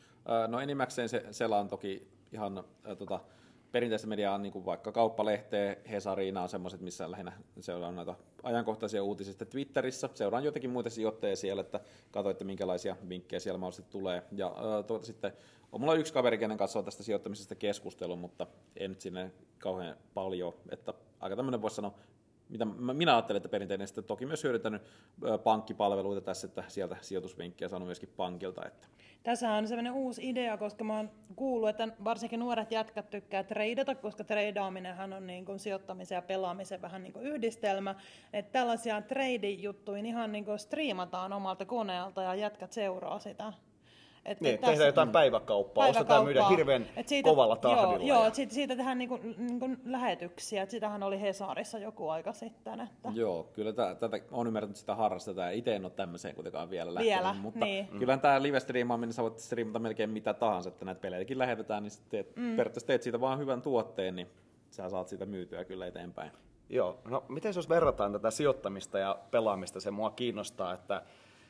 [SPEAKER 3] No enimmäkseen se selaan toki ihan äh, tota, perinteistä mediaa, niin kuin vaikka Kauppalehteä, Hesariina on semmoiset, missä lähinnä seuraan näitä ajankohtaisia uutisia Twitterissä. Seuraan jotakin muita sijoittajia siellä, että katsoin, että minkälaisia vinkkejä siellä mahdollisesti tulee. Ja äh, tuota, sitten on mulla yksi kaveri, kenen kanssa on tästä sijoittamisesta keskustelun, mutta en nyt sinne kauhean paljon. Että aika tämmöinen voisi sanoa, mitä minä ajattelen, että perinteinen sitten toki myös hyödyntänyt pankkipalveluita tässä, että sieltä sijoitusvinkkejä saanut myöskin pankilta. Että.
[SPEAKER 2] Tässä on sellainen uusi idea, koska mä oon kuullut, että varsinkin nuoret jätkät tykkää treidata, koska treidaaminenhan on niin kuin sijoittamisen ja pelaamisen vähän niin kuin yhdistelmä. Että tällaisia treidijuttuja ihan niin kuin striimataan omalta koneelta ja jätkät seuraa sitä.
[SPEAKER 1] Et, niin, et tehdään jotain päiväkauppaa, ostetaan myydä hirveän siitä, kovalla tahdilla.
[SPEAKER 2] Joo, joo siitä, siitä tehdään niinku, niinku lähetyksiä, et sitähän oli Hesarissa joku aika sitten. Että.
[SPEAKER 3] Joo, kyllä tätä on ymmärtänyt, sitä harrastetaan ja itse en ole tämmöiseen kuitenkaan vielä lähtenyt.
[SPEAKER 2] Vielä,
[SPEAKER 3] mutta
[SPEAKER 2] niin.
[SPEAKER 3] Kyllähän tämä live-striimaaminen, sä voit striimata melkein mitä tahansa, että näitä pelejäkin lähetetään, niin teet, mm. periaatteessa teet siitä vaan hyvän tuotteen, niin sä saat siitä myytyä kyllä eteenpäin.
[SPEAKER 1] Joo, no miten jos verrataan tätä sijoittamista ja pelaamista, se mua kiinnostaa, että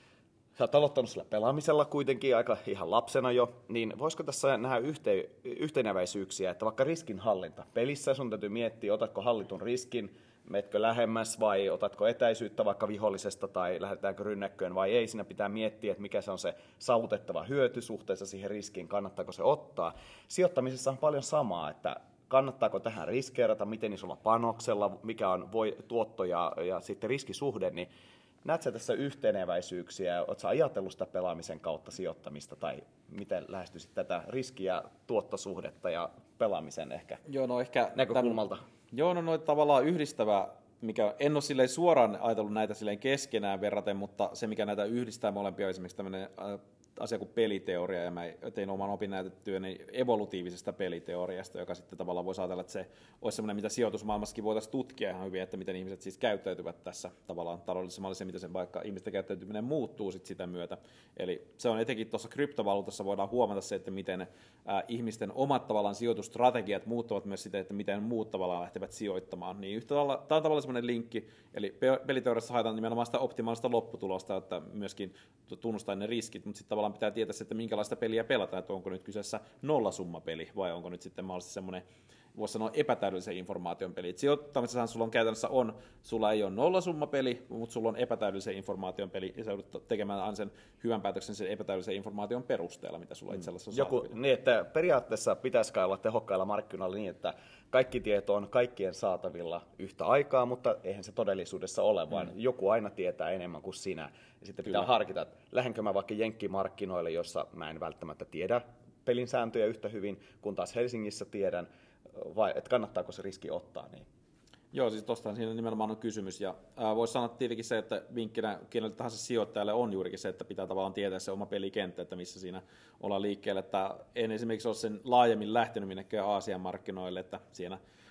[SPEAKER 1] sä oot aloittanut sillä pelaamisella kuitenkin aika ihan lapsena jo, niin voisiko tässä nähdä yhte, yhteneväisyyksiä, että vaikka riskinhallinta. Pelissä sun täytyy miettiä, otatko hallitun riskin, metkö lähemmäs vai otatko etäisyyttä vaikka vihollisesta tai lähdetäänkö rynnäkköön vai ei. Siinä pitää miettiä, että mikä se on se saavutettava hyöty suhteessa siihen riskiin, kannattaako se ottaa. Sijoittamisessa on paljon samaa, että kannattaako tähän riskeerata, miten isolla panoksella, mikä on voi, tuotto ja, ja sitten riskisuhde, niin näetkö sä tässä yhteneväisyyksiä? Oletko sä ajatellut sitä pelaamisen kautta sijoittamista tai miten lähestyisit tätä riski- ja tuottosuhdetta ja pelaamisen ehkä,
[SPEAKER 3] joo, no ehkä
[SPEAKER 1] näkökulmalta?
[SPEAKER 3] Tämän, joo, no noita tavallaan yhdistävä, mikä en ole silleen suoraan ajatellut näitä silleen keskenään verraten, mutta se mikä näitä yhdistää molempia on esimerkiksi tämmöinen äh, asia kuin peliteoria, ja mä tein oman opinnäytetyöni evolutiivisesta peliteoriasta, joka sitten tavallaan voisi ajatella, että se olisi semmoinen, mitä sijoitusmaailmassakin voitaisiin tutkia ihan hyvin, että miten ihmiset siis käyttäytyvät tässä tavallaan taloudellisessa mallissa, miten se vaikka ihmisten käyttäytyminen muuttuu sit sitä myötä. Eli se on etenkin tuossa kryptovaluutassa voidaan huomata se, että miten ää, ihmisten omat tavallaan sijoitustrategiat muuttuvat myös sitä, että miten muut tavallaan lähtevät sijoittamaan. Niin yhtä tavalla, tämä on tavallaan semmoinen linkki, eli peliteoriassa haetaan nimenomaan sitä optimaalista lopputulosta, että myöskin tunnustaa ne riskit, mutta sitten tavallaan pitää tietää, että minkälaista peliä pelataan, että onko nyt kyseessä nollasummapeli vai onko nyt sitten mahdollisesti semmoinen, voisi sanoa epätäydellisen informaation peli. Sijoittamisessahan sulla on käytännössä on, sulla ei ole nollasummapeli, mutta sulla on epätäydellisen informaation peli ja sä joudut tekemään aina sen hyvän päätöksen sen epätäydellisen informaation perusteella, mitä sulla itse asiassa on
[SPEAKER 1] Joku, niin, että periaatteessa pitäisikö olla tehokkailla markkinoilla niin, että kaikki tieto on kaikkien saatavilla yhtä aikaa, mutta eihän se todellisuudessa ole, vaan mm. joku aina tietää enemmän kuin sinä. Ja sitten pitää Kyllä. harkita, että lähdenkö mä vaikka jenkkimarkkinoille, jossa mä en välttämättä tiedä pelin sääntöjä yhtä hyvin, kun taas Helsingissä tiedän, vai että kannattaako se riski ottaa. Niin.
[SPEAKER 3] Joo, siis tuostahan siinä nimenomaan on kysymys. Ja äh, voisi sanoa tietenkin se, että vinkkinä kenelle tahansa sijoittajalle on juurikin se, että pitää tavallaan tietää se oma pelikenttä, että missä siinä ollaan liikkeellä. Että en esimerkiksi ole sen laajemmin lähtenyt minnekään Aasian markkinoille, että siinä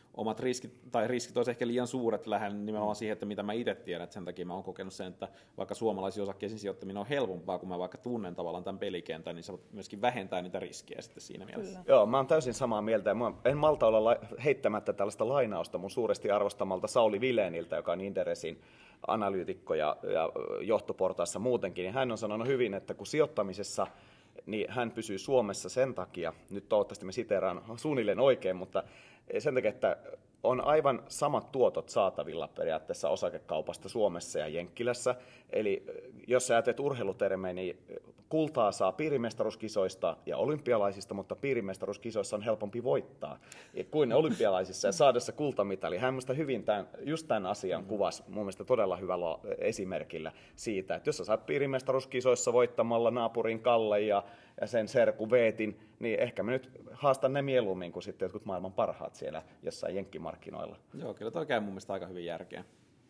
[SPEAKER 3] omat riskit, tai riskit olisi ehkä liian suuret lähden nimenomaan siihen, että mitä mä itse tiedän, että sen takia mä oon kokenut sen, että vaikka suomalaisiin osakkeisiin sijoittaminen on helpompaa, kun mä vaikka tunnen tavallaan tämän pelikentän, niin se myöskin vähentää niitä riskejä sitten siinä mielessä.
[SPEAKER 1] Kyllä. Joo, mä oon täysin samaa mieltä, ja mä en malta olla heittämättä tällaista lainausta mun suuresti arvostamalta Sauli Viléniltä, joka on Inderesin analyytikko ja, ja johtoportaassa muutenkin, niin hän on sanonut hyvin, että kun sijoittamisessa niin hän pysyy Suomessa sen takia, nyt toivottavasti me siteeraan suunnilleen oikein, mutta sen takia, että on aivan samat tuotot saatavilla periaatteessa osakekaupasta Suomessa ja Jenkkilässä. Eli jos sä ajattelet urheilutermejä, niin kultaa saa piirimestaruuskisoista ja olympialaisista, mutta piirimestaruuskisoissa on helpompi voittaa kuin olympialaisissa ja saada se kultamitali. Hän minusta hyvin tämän, just tämän asian kuvasi mun mielestä todella hyvällä esimerkillä siitä, että jos sä saat piirimestaruuskisoissa voittamalla naapurin Kalle ja, ja sen serku Veetin, niin ehkä mä nyt haastan ne mieluummin kuin sitten jotkut maailman parhaat siellä jossain jenkkimarkkinoilla.
[SPEAKER 3] Joo, kyllä toi käy mun mielestä aika hyvin järkeä.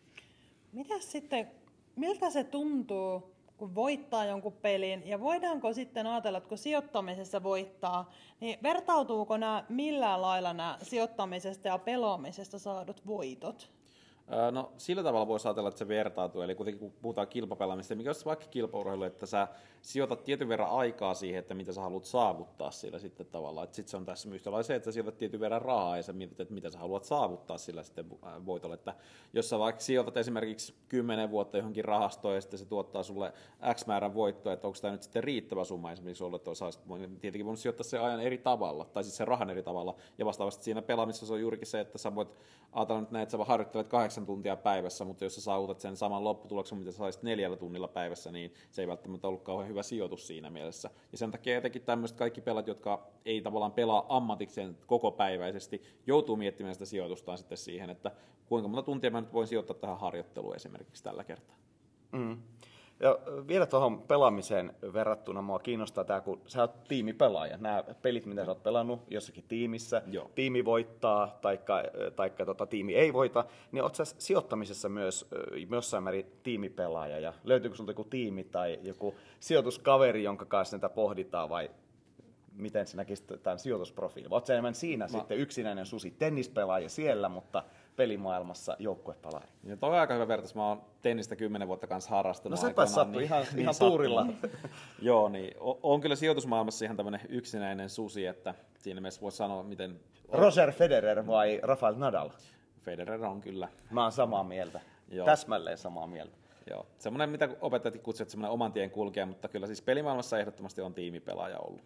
[SPEAKER 2] Mitäs sitten, miltä se tuntuu, kun voittaa jonkun pelin, ja voidaanko sitten ajatella, että kun sijoittamisessa voittaa, niin vertautuuko nämä millään lailla nämä sijoittamisesta ja pelaamisesta saadut voitot?
[SPEAKER 3] No sillä tavalla voisi ajatella, että se vertautuu, eli kuitenkin kun puhutaan kilpapelaamista, mikä olisi vaikka kilpaurheilu, että sä sijoitat tietyn verran aikaa siihen, että mitä sä haluat saavuttaa sillä sitten tavallaan, että sitten se on tässä yhtä se, että sä sijoitat tietyn verran rahaa ja sä mietit, että mitä sä haluat saavuttaa sillä sitten voitolla, että jos sä vaikka sijoitat esimerkiksi kymmenen vuotta johonkin rahastoon ja sitten se tuottaa sulle X määrän voittoa, että onko tämä nyt sitten riittävä summa esimerkiksi ollut, että olisit tietenkin voinut sijoittaa sen ajan eri tavalla, tai siis sen rahan eri tavalla, ja vastaavasti siinä pelaamisessa se on juurikin se, että sä voit ajatella nyt näin, että sä harjoittelet kahdeksan tuntia päivässä, mutta jos sä saavutat sen saman lopputuloksen, mitä sä saisit neljällä tunnilla päivässä, niin se ei välttämättä ollut kauhean hyvä sijoitus siinä mielessä. Ja sen takia etenkin tämmöiset kaikki pelat, jotka ei tavallaan pelaa ammatikseen kokopäiväisesti, joutuu miettimään sitä sijoitustaan sitten siihen, että kuinka monta tuntia mä nyt voin sijoittaa tähän harjoitteluun esimerkiksi tällä kertaa.
[SPEAKER 1] Mm. Ja vielä tuohon pelaamiseen verrattuna mua kiinnostaa tämä, kun sä oot tiimipelaaja. Nämä pelit, mitä sä oot pelannut jossakin tiimissä,
[SPEAKER 3] Joo.
[SPEAKER 1] tiimi voittaa taikka, taikka tota, tiimi ei voita, niin oot sä sijoittamisessa myös jossain määrin tiimipelaaja? Ja löytyykö sulta joku tiimi tai joku sijoituskaveri, jonka kanssa näitä pohditaan, vai miten sä näkisit tämän sijoitusprofiilin? Oot sä enemmän siinä Mä... sitten yksinäinen susi tennispelaaja siellä, mutta pelimaailmassa joukkuepelaaja?
[SPEAKER 3] Ja toi on aika hyvä vertaus. Mä oon tennistä kymmenen vuotta kanssa harrastanut.
[SPEAKER 1] No sepä sattui niin, ihan, niin ihan tuurilla.
[SPEAKER 3] Joo, niin on kyllä sijoitusmaailmassa ihan tämmöinen yksinäinen susi, että siinä mielessä voisi sanoa, miten...
[SPEAKER 1] Roger Federer vai Rafael Nadal?
[SPEAKER 3] Federer on kyllä.
[SPEAKER 1] Mä oon samaa mieltä. Joo. Täsmälleen samaa mieltä.
[SPEAKER 3] Joo, semmoinen, mitä opettajat kutsuvat, semmoinen oman tien kulkija, mutta kyllä siis pelimaailmassa ehdottomasti on tiimipelaaja ollut.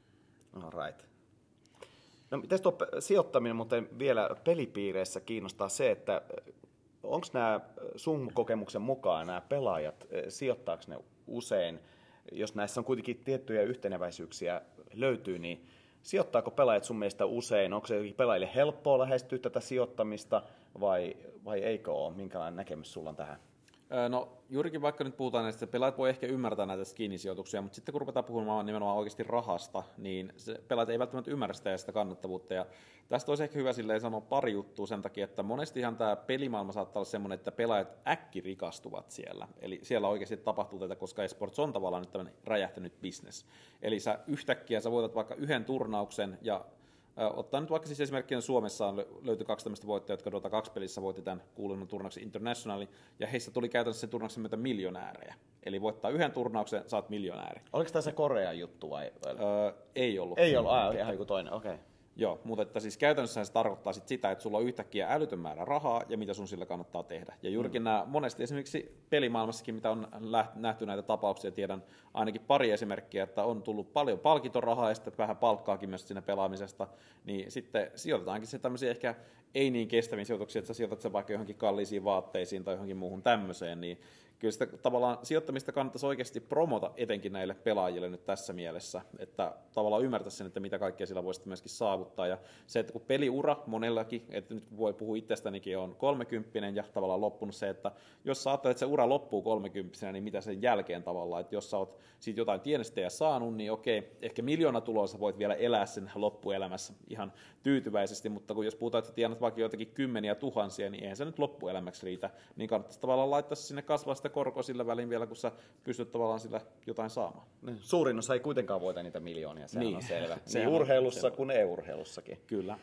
[SPEAKER 1] All right. No miten tuo sijoittaminen, mutta vielä pelipiireissä kiinnostaa se, että onko nämä sun kokemuksen mukaan nämä pelaajat, sijoittaako ne usein, jos näissä on kuitenkin tiettyjä yhteneväisyyksiä löytyy, niin sijoittaako pelaajat sun mielestä usein, onko se pelaajille helppoa lähestyä tätä sijoittamista vai, vai eikö ole? Minkälainen näkemys sulla on tähän?
[SPEAKER 3] No juurikin vaikka nyt puhutaan näistä, että pelaajat voi ehkä ymmärtää näitä skinny-sijoituksia, mutta sitten kun ruvetaan puhumaan nimenomaan oikeasti rahasta, niin se pelaajat ei välttämättä ymmärrä sitä ja sitä kannattavuutta. Ja tästä olisi ehkä hyvä silleen sanoa pari juttua sen takia, että monestihan tämä pelimaailma saattaa olla semmoinen, että pelaajat äkki rikastuvat siellä. Eli siellä oikeasti tapahtuu tätä, koska esports on tavallaan nyt tämmöinen räjähtänyt business. Eli sä yhtäkkiä sä voitat vaikka yhden turnauksen ja ottaa nyt vaikka siis esimerkkinä Suomessa on löytyi kaksi tämmöistä voittajaa, jotka Dota kaksi pelissä voitti tämän kuuluisen turnauksen Internationalin, ja heistä tuli käytännössä sen turnauksen myötä miljonäärejä. Eli voittaa yhden turnauksen, saat miljonääri.
[SPEAKER 1] Oliko tämä se Korean juttu vai?
[SPEAKER 3] Öö, ei ollut.
[SPEAKER 1] Ei ollut, ah, ihan joku toinen, okei. Okay.
[SPEAKER 3] Joo, mutta että siis käytännössä se tarkoittaa sit sitä, että sulla on yhtäkkiä älytön määrä rahaa ja mitä sun sillä kannattaa tehdä. Ja juurikin mm. nämä monesti esimerkiksi pelimaailmassakin, mitä on nähty näitä tapauksia, tiedän ainakin pari esimerkkiä, että on tullut paljon palkintorahaa ja sitten vähän palkkaakin myös siinä pelaamisesta, niin sitten sijoitetaankin se tämmöisiä ehkä ei niin kestäviin sijoituksia, että sä sijoitat sen vaikka johonkin kalliisiin vaatteisiin tai johonkin muuhun tämmöiseen, niin kyllä sitä tavallaan sijoittamista kannattaisi oikeasti promota etenkin näille pelaajille nyt tässä mielessä, että tavallaan ymmärtää sen, että mitä kaikkea sillä voisi myöskin saavuttaa. Ja se, että kun peliura monellakin, että nyt voi puhua itsestänikin, on kolmekymppinen ja tavallaan loppunut se, että jos sä ajattelet, että se ura loppuu kolmekymppisenä, niin mitä sen jälkeen tavallaan, että jos sä oot siitä jotain tienestejä saanut, niin okei, ehkä miljoona tuloa sä voit vielä elää sen loppuelämässä ihan tyytyväisesti, mutta kun jos puhutaan, että tienat vaikka jotakin kymmeniä tuhansia, niin eihän se nyt loppuelämäksi riitä, niin kannattaisi tavallaan laittaa sinne kasvaa sitä korkoa sillä välin vielä, kun sä pystyt tavallaan sillä jotain saamaan.
[SPEAKER 1] Suurin osa ei kuitenkaan voita niitä miljoonia, sehän niin. on selvä.
[SPEAKER 3] Se
[SPEAKER 1] niin urheilussa kuin ei-urheilussakin.
[SPEAKER 3] Kyllä.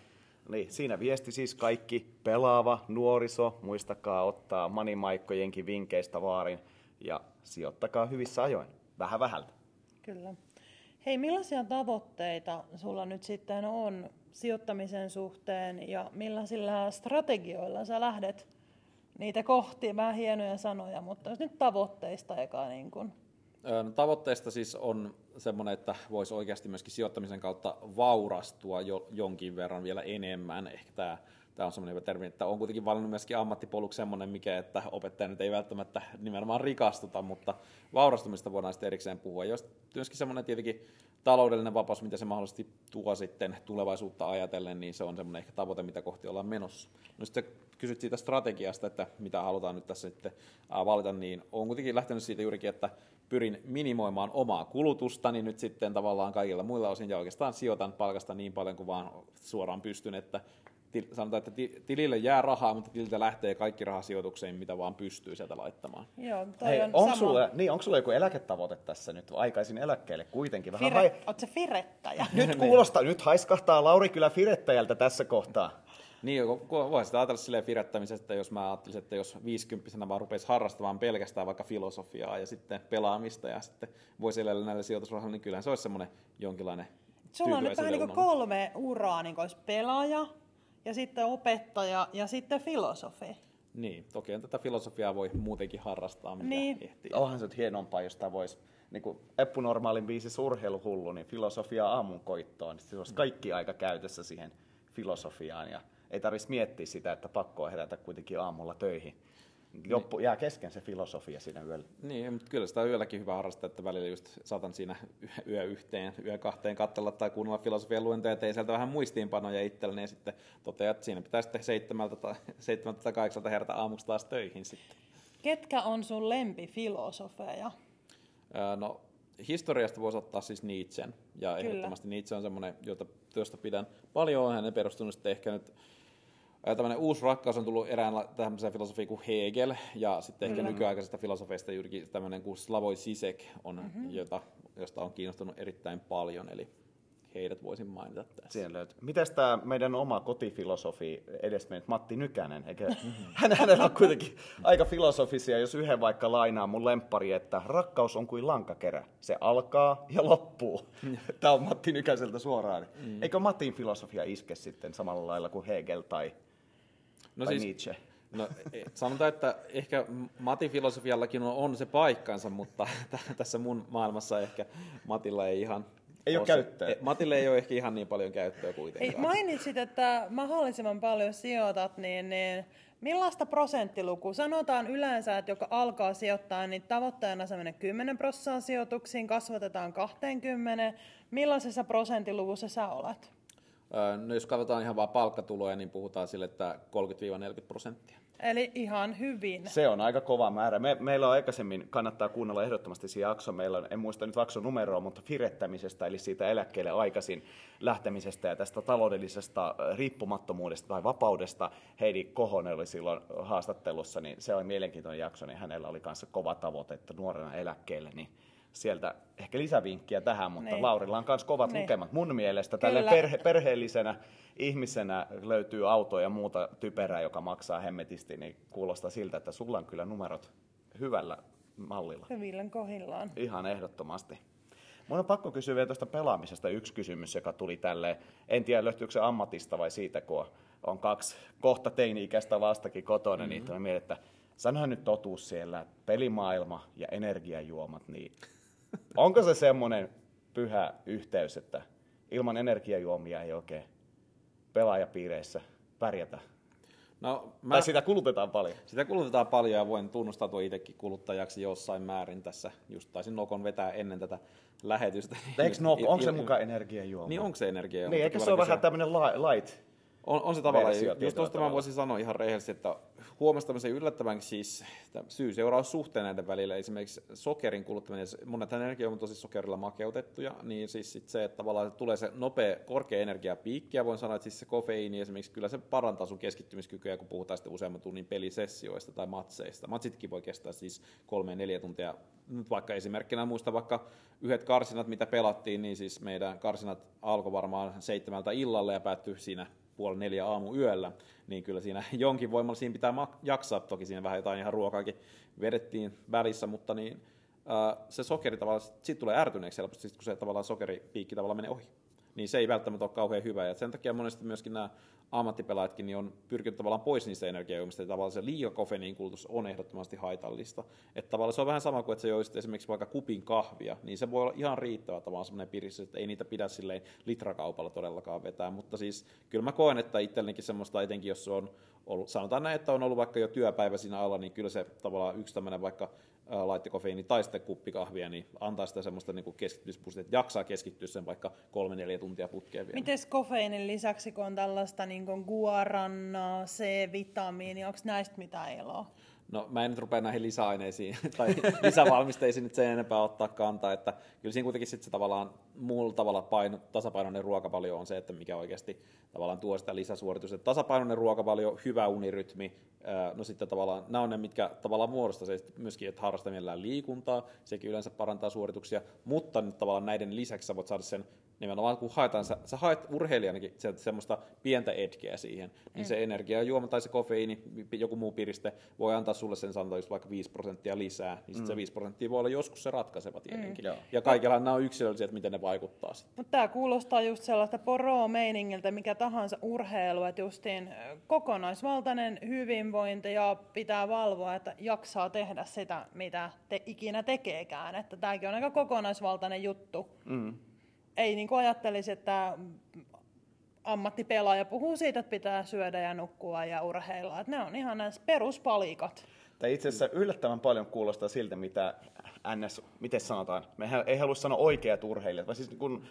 [SPEAKER 1] Niin, siinä viesti siis kaikki pelaava nuoriso, muistakaa ottaa manimaikkojenkin vinkkeistä vaarin ja sijoittakaa hyvissä ajoin, vähän vähältä.
[SPEAKER 2] Kyllä. Hei, millaisia tavoitteita sulla nyt sitten on sijoittamisen suhteen ja millaisilla strategioilla sä lähdet niitä kohti? Vähän hienoja sanoja, mutta jos nyt tavoitteista eka niin kun.
[SPEAKER 3] No, tavoitteista siis on semmoinen, että voisi oikeasti myöskin sijoittamisen kautta vaurastua jo, jonkin verran vielä enemmän. Ehkä tämä, tämä on semmoinen termi, että on kuitenkin valinnut myöskin ammattipoluksi semmoinen, mikä, että opettaja nyt ei välttämättä nimenomaan rikastuta, mutta vaurastumista voidaan sitten erikseen puhua. Jos myöskin semmoinen tietenkin taloudellinen vapaus, mitä se mahdollisesti tuo sitten tulevaisuutta ajatellen, niin se on semmoinen ehkä tavoite, mitä kohti ollaan menossa. No sitten kysyt siitä strategiasta, että mitä halutaan nyt tässä sitten valita, niin olen kuitenkin lähtenyt siitä juurikin, että pyrin minimoimaan omaa kulutustani nyt sitten tavallaan kaikilla muilla osin ja oikeastaan sijoitan palkasta niin paljon kuin vaan suoraan pystyn, että sanotaan, että tilille jää rahaa, mutta tililtä lähtee kaikki rahasijoitukseen, mitä vaan pystyy sieltä laittamaan.
[SPEAKER 2] Joo, toi
[SPEAKER 1] Hei,
[SPEAKER 2] on
[SPEAKER 1] onko
[SPEAKER 2] sama.
[SPEAKER 1] sulla, niin, onko sulla joku eläketavoite tässä nyt aikaisin eläkkeelle kuitenkin? Vähän
[SPEAKER 2] Fire,
[SPEAKER 1] hai...
[SPEAKER 2] oot sä firettäjä?
[SPEAKER 1] Nyt kuulostaa, nyt haiskahtaa Lauri kyllä firettäjältä tässä kohtaa.
[SPEAKER 3] Niin, voisi sitä ajatella silleen firettämisestä, että jos mä ajattelisin, että jos viisikymppisenä vaan rupeisi harrastamaan pelkästään vaikka filosofiaa ja sitten pelaamista ja sitten voisi elellä näillä sijoitusrahoilla, niin kyllähän se olisi semmoinen jonkinlainen
[SPEAKER 2] Sulla on nyt vähän niin kuin kolme uraa, niin kuin olisi pelaaja ja sitten opettaja ja sitten filosofi.
[SPEAKER 3] Niin, toki tätä filosofiaa voi muutenkin harrastaa, mitä
[SPEAKER 2] niin.
[SPEAKER 3] ehtii.
[SPEAKER 1] Onhan se hienompaa, jos tämä voisi, niin kuin Eppu Normaalin biisissä Urheiluhullu, niin filosofia aamun koittoon, niin se olisi kaikki aika käytössä siihen filosofiaan ja ei tarvitsisi miettiä sitä, että pakko on herätä kuitenkin aamulla töihin. Loppu, jää kesken se filosofia siinä yöllä.
[SPEAKER 3] Niin, mutta kyllä sitä on yölläkin hyvä harrastaa, että välillä just saatan siinä yö yhteen, yö kahteen katsella tai kuunnella filosofian luentoja, tein sieltä vähän muistiinpanoja itselleni ja sitten totean, että siinä pitää sitten seitsemältä tai, seitsemältä tai kahdeksalta herätä aamuksi taas töihin sitten.
[SPEAKER 2] Ketkä on sun lempifilosofeja?
[SPEAKER 3] No, historiasta voisi ottaa siis Nietzschen, ja
[SPEAKER 2] Kyllä.
[SPEAKER 3] ehdottomasti Nietzsche on semmoinen, jota, josta pidän paljon, hänen perustunut sitten ehkä nyt tämmöinen uusi rakkaus on tullut erään tämmöiseen filosofiin kuin Hegel, ja sitten ehkä
[SPEAKER 2] Kyllä.
[SPEAKER 3] nykyaikaisesta filosofeista juurikin tämmöinen kuin Slavoj Zizek, on,
[SPEAKER 2] Mm-hmm.
[SPEAKER 3] jota, josta on kiinnostunut erittäin paljon, eli heidät voisin mainita tässä.
[SPEAKER 1] Siihen löytyy. Mites tämä meidän oma kotifilosofi edesmennyt Matti Nykänen? Eikö? Hän, hänellä on kuitenkin aika filosofisia, jos yhden vaikka lainaa mun lemppari, että rakkaus on kuin lankakerä. Se alkaa ja loppuu. Tämä on Matti Nykäseltä suoraan. Mm. Eikö Matin filosofia iske sitten samalla lailla kuin Hegel tai,
[SPEAKER 3] no
[SPEAKER 1] tai
[SPEAKER 3] siis,
[SPEAKER 1] Nietzsche?
[SPEAKER 3] No, sanotaan, että ehkä Matin filosofiallakin on, on se paikkansa, mutta t- tässä mun maailmassa ehkä Matilla ei ihan...
[SPEAKER 1] Ei ole käyttöä.
[SPEAKER 3] Matille ei ole ehkä ihan niin paljon käyttöä kuitenkaan.
[SPEAKER 2] Ei, mainitsit, että mahdollisimman paljon sijoitat, niin, niin millaista prosenttilukua? Sanotaan yleensä, että joka alkaa sijoittaa, niin tavoitteena semmoinen kymmenen prosenttia sijoituksiin, kasvatetaan kaksikymmentä. Millaisessa prosenttiluvussa sä olet?
[SPEAKER 3] No jos katsotaan ihan vaan palkkatuloja, niin puhutaan sille, että kolmekymmentä neljäkymmentä prosenttia.
[SPEAKER 2] Eli ihan hyvin.
[SPEAKER 1] Se on aika kova määrä. Me, meillä on aikaisemmin, kannattaa kuunnella ehdottomasti se jakso, meillä on, en muista nyt jakson numeroa, mutta firettämisestä, eli siitä eläkkeelle aikaisin lähtemisestä ja tästä taloudellisesta riippumattomuudesta tai vapaudesta. Heidi Kohonen oli silloin haastattelussa, niin se oli mielenkiintoinen jakso, niin hänellä oli kanssa kova tavoite, että nuorena eläkkeelle, niin sieltä ehkä lisävinkkiä tähän, mutta niin. Laurilla on myös kovat niin. lukemat. Mun mielestä tälle perhe- perheellisenä ihmisenä löytyy autoa ja muuta typerää, joka maksaa hemmetisti, niin kuulostaa siltä, että sulla on kyllä numerot hyvällä mallilla.
[SPEAKER 2] Hyvillä kohillaan.
[SPEAKER 1] Ihan ehdottomasti. Mun on pakko kysyä vielä tuosta pelaamisesta yksi kysymys, joka tuli tälleen. En tiedä, löytyykö se ammatista vai siitä, kun on kaksi kohta teini-ikäistä vastakin kotona, mm-hmm. niin tulee mieleen, että sanohan nyt totuus siellä, että pelimaailma ja energiajuomat, niin onko se semmoinen pyhä yhteys, että ilman energiajuomia ei oikein pelaajapiireissä pärjätä?
[SPEAKER 3] No, mä,
[SPEAKER 1] tai sitä kulutetaan paljon?
[SPEAKER 3] Sitä kulutetaan paljon ja voin tunnustautua itsekin kuluttajaksi jossain määrin tässä. Just taisin Nokon vetää ennen tätä lähetystä.
[SPEAKER 1] Eikö Noko, onko se mukaan energiajuoma?
[SPEAKER 3] Niin onko se energiajuoma?
[SPEAKER 1] Niin, eikö se ole vähän tämmöinen light?
[SPEAKER 3] On, on se tavallaan, just tuosta mä voisin sanoa ihan rehellisesti, että huomasi tämmöisen yllättävän siis syy-seuraussuhteen näiden välillä. Esimerkiksi sokerin kuluttaminen, monet energiajuomat on siis sokerilla makeutettuja, niin siis sit se, että tavallaan tulee se nopea, korkea energiapiikki, ja voin sanoa, että siis se kofeiini esimerkiksi kyllä se parantaa sun keskittymiskykyä, kun puhutaan sitten useamman tunnin pelisessioista tai matseista. Matsitkin voi kestää siis kolme neljä tuntia. Nyt vaikka esimerkkinä muista vaikka yhdet karsinat, mitä pelattiin, niin siis meidän karsinat alkoi varmaan seitsemältä illalla ja päättyi siinä puoli neljä aamu yöllä, niin kyllä siinä jonkin voimalla siinä pitää jaksaa, toki siinä vähän jotain ihan ruokaakin vedettiin välissä, mutta niin, ää, se sokeri tavallaan, siitä tulee ärtyneeksi helposti, kun se tavallaan sokeripiikki tavallaan menee ohi. Niin se ei välttämättä ole kauhean hyvä. Ja sen takia monesti myöskin nämä ammattipelaajatkin niin on pyrkinyt tavallaan pois niistä energiajuomista, ja tavallaan se liika kofeiinin kulutus on ehdottomasti haitallista. Että tavallaan se on vähän sama kuin, että sä joisit esimerkiksi vaikka kupin kahvia, niin se voi olla ihan riittävä tavallaan semmoinen piristys, että ei niitä pidä silleen litrakaupalla todellakaan vetää. Mutta siis kyllä mä koen, että itsellenikin semmoista, etenkin jos on ollut, sanotaan näin, että on ollut vaikka jo työpäivä siinä alla, niin kyllä se tavallaan yksi tämmöinen vaikka laittekofeiini tai sitten kuppikahvia, niin antaa sitä semmoista niin keskittymispustia, että jaksaa keskittyä sen vaikka kolme neljä tuntia putkeen vielä.
[SPEAKER 2] Mites kofeiinin lisäksi, kun on tällaista niin kuin guarannaa, C-vitamiini, onko näistä mitään eloa?
[SPEAKER 3] No mä en nyt rupea näihin lisäaineisiin tai lisävalmisteisiin nyt sen enempää ottaa kantaa, että kyllä siinä kuitenkin sitten se tavallaan muulla tavalla paino, tasapainoinen ruokavalio on se, että mikä oikeasti tavallaan tuo sitä lisäsuoritusta. Tasapainoinen ruokavalio, hyvä unirytmi, no sitten tavallaan nämä on ne, mitkä tavallaan muodostaa se myöskin, että harrastaa mielellään liikuntaa, sekin yleensä parantaa suorituksia, mutta nyt tavallaan näiden lisäksi sä voit saada sen nimenomaan kun haetaan, sä, sä haet urheilijanakin se, semmoista pientä etkeä siihen, niin mm. se energiajuoma tai se kofeiini, joku muu piriste voi antaa sulle sen sanotaan just vaikka viisi prosenttia lisää, niin sit mm. se viisi prosenttia voi olla joskus se ratkaiseva tietenkin. Mm. Ja kaikilla nämä on yksilöllisiä, että miten ne vaikuttaa.
[SPEAKER 2] Mutta tämä kuulostaa just sellaista poro-meiningiltä, mikä tahansa urheilu, että justiin kokonaisvaltainen hyvinvointi ja pitää valvoa, että jaksaa tehdä sitä, mitä te ikinä tekeekään. Että tämäkin on aika kokonaisvaltainen juttu. Mm. Ei niin kuin ajattelisi, että ammattipelaaja puhuu siitä, että pitää syödä ja nukkua ja urheilla. Että ne on ihan näissä peruspalikat.
[SPEAKER 1] Tai itse asiassa yllättävän paljon kuulostaa siltä, mitä N S, miten sanotaan, me ei halua sanoa oikeat urheilijat, vaan siis niin kuin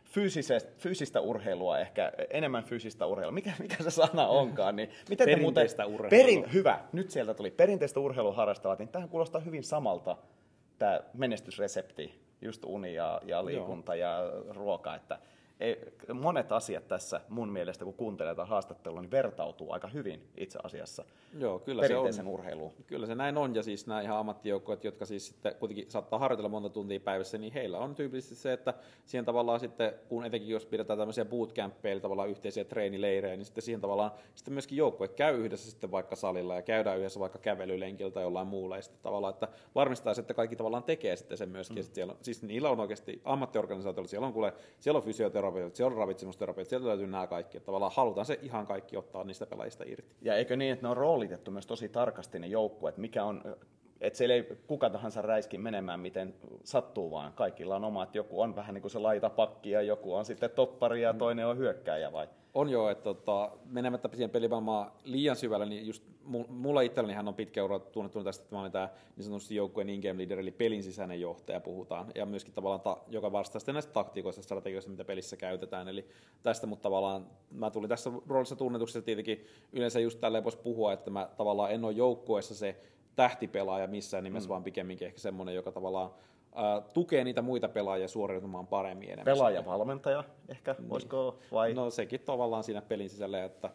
[SPEAKER 1] fyysistä urheilua ehkä, enemmän fyysistä urheilua. Mikä, mikä se sana onkaan? Niin miten
[SPEAKER 3] perinteistä
[SPEAKER 1] muuten,
[SPEAKER 3] urheilua.
[SPEAKER 1] Perin, hyvä, nyt sieltä tuli perinteistä urheilua harrastavat, niin tähän kuulostaa hyvin samalta tämä menestysresepti. Just uni ja, ja liikunta Joo. ja ruoka, että ei, monet asiat tässä mun mielestä, kun kuuntelee tätä haastattelua, niin vertautuu aika hyvin itse asiassa
[SPEAKER 3] Joo, kyllä
[SPEAKER 1] perinteisen
[SPEAKER 3] se on,
[SPEAKER 1] urheiluun.
[SPEAKER 3] Kyllä se näin on, ja siis nämä ihan ammattijoukkoet, jotka siis sitten kuitenkin saattaa harjoitella monta tuntia päivässä, niin heillä on tyypillisesti se, että siihen tavallaan sitten, kun etenkin jos pidetään tämmöisiä bootcampeja, tavallaan yhteisiä treenileirejä, niin sitten siihen tavallaan sitten myöskin joukkue käy yhdessä sitten vaikka salilla ja käydään yhdessä vaikka kävelylenkillä tai jollain muulla, ja sitten tavallaan, että varmistaa, että kaikki tavallaan tekee sitten sen myöskin, mm. ja sitten siellä, siis niillä on oikeasti ammattiorganisaatioilla, siellä on, kuule, siellä on fysioterapeutit, siellä on ravitsemusterapeutit, sieltä löytyy nämä kaikki, että tavallaan halutaan se ihan kaikki ottaa niistä pelaajista irti.
[SPEAKER 1] Ja eikö niin, että ne on roolitettu myös tosi tarkasti ne joukkueet, mikä on, että siellä ei kuka tahansa räiski menemään miten sattuu, vaan kaikilla on oma, että joku on vähän niin kuin se laitapakki ja joku on sitten toppari ja toinen on hyökkääjä vai?
[SPEAKER 3] On joo, että tota, menemättä siihen pelimaailmaan liian syvällä, niin just mulla itselläni hän on pitkä ura tunnettu tästä, että mä olen tämä niin sanotusti joukkueen in-game leader, eli pelin sisäinen johtaja puhutaan, ja myöskin tavallaan, ta, joka vastaa sitten näistä taktiikoista ja strategioista, mitä pelissä käytetään, eli tästä, mutta tavallaan mä tulin tässä roolissa tunnetuksi, että tietenkin yleensä just tälleen voisi puhua, että mä tavallaan en ole joukkueessa se tähtipelaaja missään nimessä, mm. vaan pikemminkin ehkä semmoinen, joka tavallaan Uh, tukee niitä muita pelaajia suoriutumaan paremmin enemmän.
[SPEAKER 1] Pelaajavalmentaja ehkä, niin. Voisiko vai?
[SPEAKER 3] No sekin tavallaan siinä pelin sisällä, että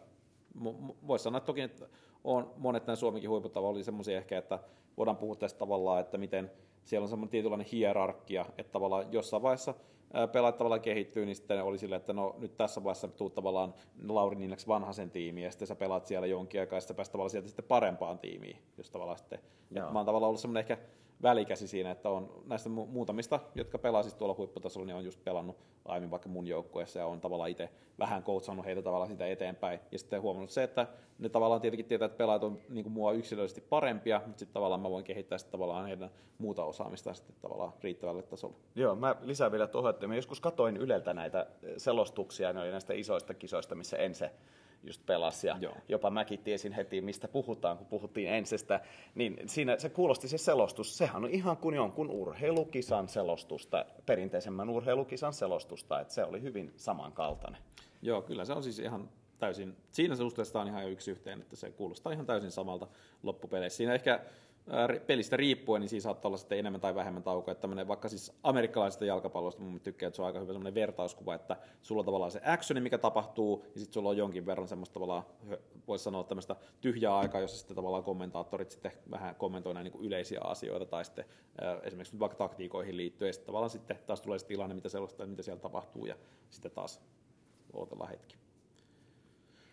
[SPEAKER 3] voisi sanoa että toki, että on monet näin Suomenkin huipputtava oli semmoisia ehkä, että voidaan puhua tästä tavallaan, että miten siellä on semmoinen tietynlainen hierarkia, että tavallaan jossain vaiheessa pelaajat tavallaan kehittyy, niin sitten oli silleen, että no nyt tässä vaiheessa tuut tavallaan Lauri Niineksi Vanhasen tiimiin, ja sitten sä pelaat siellä jonkin aikaa, ja sitten pääst tavallaan sieltä sitten parempaan tiimiin, jos tavallaan sitten, mä oon tavallaan ollut semmoinen ehkä välikäsi siinä, että on näistä mu- muutamista, jotka pelaa siis tuolla huipputasolla, niin on just pelannut aiemmin vaikka mun joukkueessa ja on tavallaan itse vähän coachannut heitä tavallaan sitä eteenpäin. Ja sitten huomannut se, että ne tavallaan tietenkin tietää, että pelaajat on niin kuin mua yksilöllisesti parempia, mutta sitten tavallaan mä voin kehittää sitten tavallaan heidän muuta osaamista sitten tavallaan riittävälle tasolle.
[SPEAKER 1] Joo, mä lisään vielä tuohon, että mä joskus katoin Yleltä näitä selostuksia, ne oli näistä isoista kisoista, missä Ense just pelasi ja Joo. jopa mäkin tiesin heti, mistä puhutaan, kun puhuttiin Ensestä, niin siinä se kuulosti se selostus, sehän on ihan kuin jonkun urheilukisan selostusta, perinteisemmän urheilukisan selostusta, että se oli hyvin samankaltainen.
[SPEAKER 3] Joo, kyllä se on siis ihan täysin, siinä suhteessa on ihan yksi yhteen, että se kuulostaa ihan täysin samalta loppupeleissä. Siinä ehkä pelistä riippuen, niin siinä saattaa olla sitten enemmän tai vähemmän taukoa. Että vaikka siis amerikkalaisesta jalkapallosta mun tykkää, että se on aika hyvä semmoinen vertauskuva, että sulla on tavallaan se actioni, mikä tapahtuu, ja sitten sulla on jonkin verran semmoista tavallaan, voisi sanoa tämmöistä tyhjää aikaa, jossa sitten tavallaan kommentaattorit sitten vähän kommentoi näin niin kuin yleisiä asioita, tai sitten äh, esimerkiksi vaikka taktiikoihin liittyen, ja sitten tavallaan sitten taas tulee se tilanne, mitä sellaista, mitä siellä tapahtuu, ja sitten taas odotellaan hetki.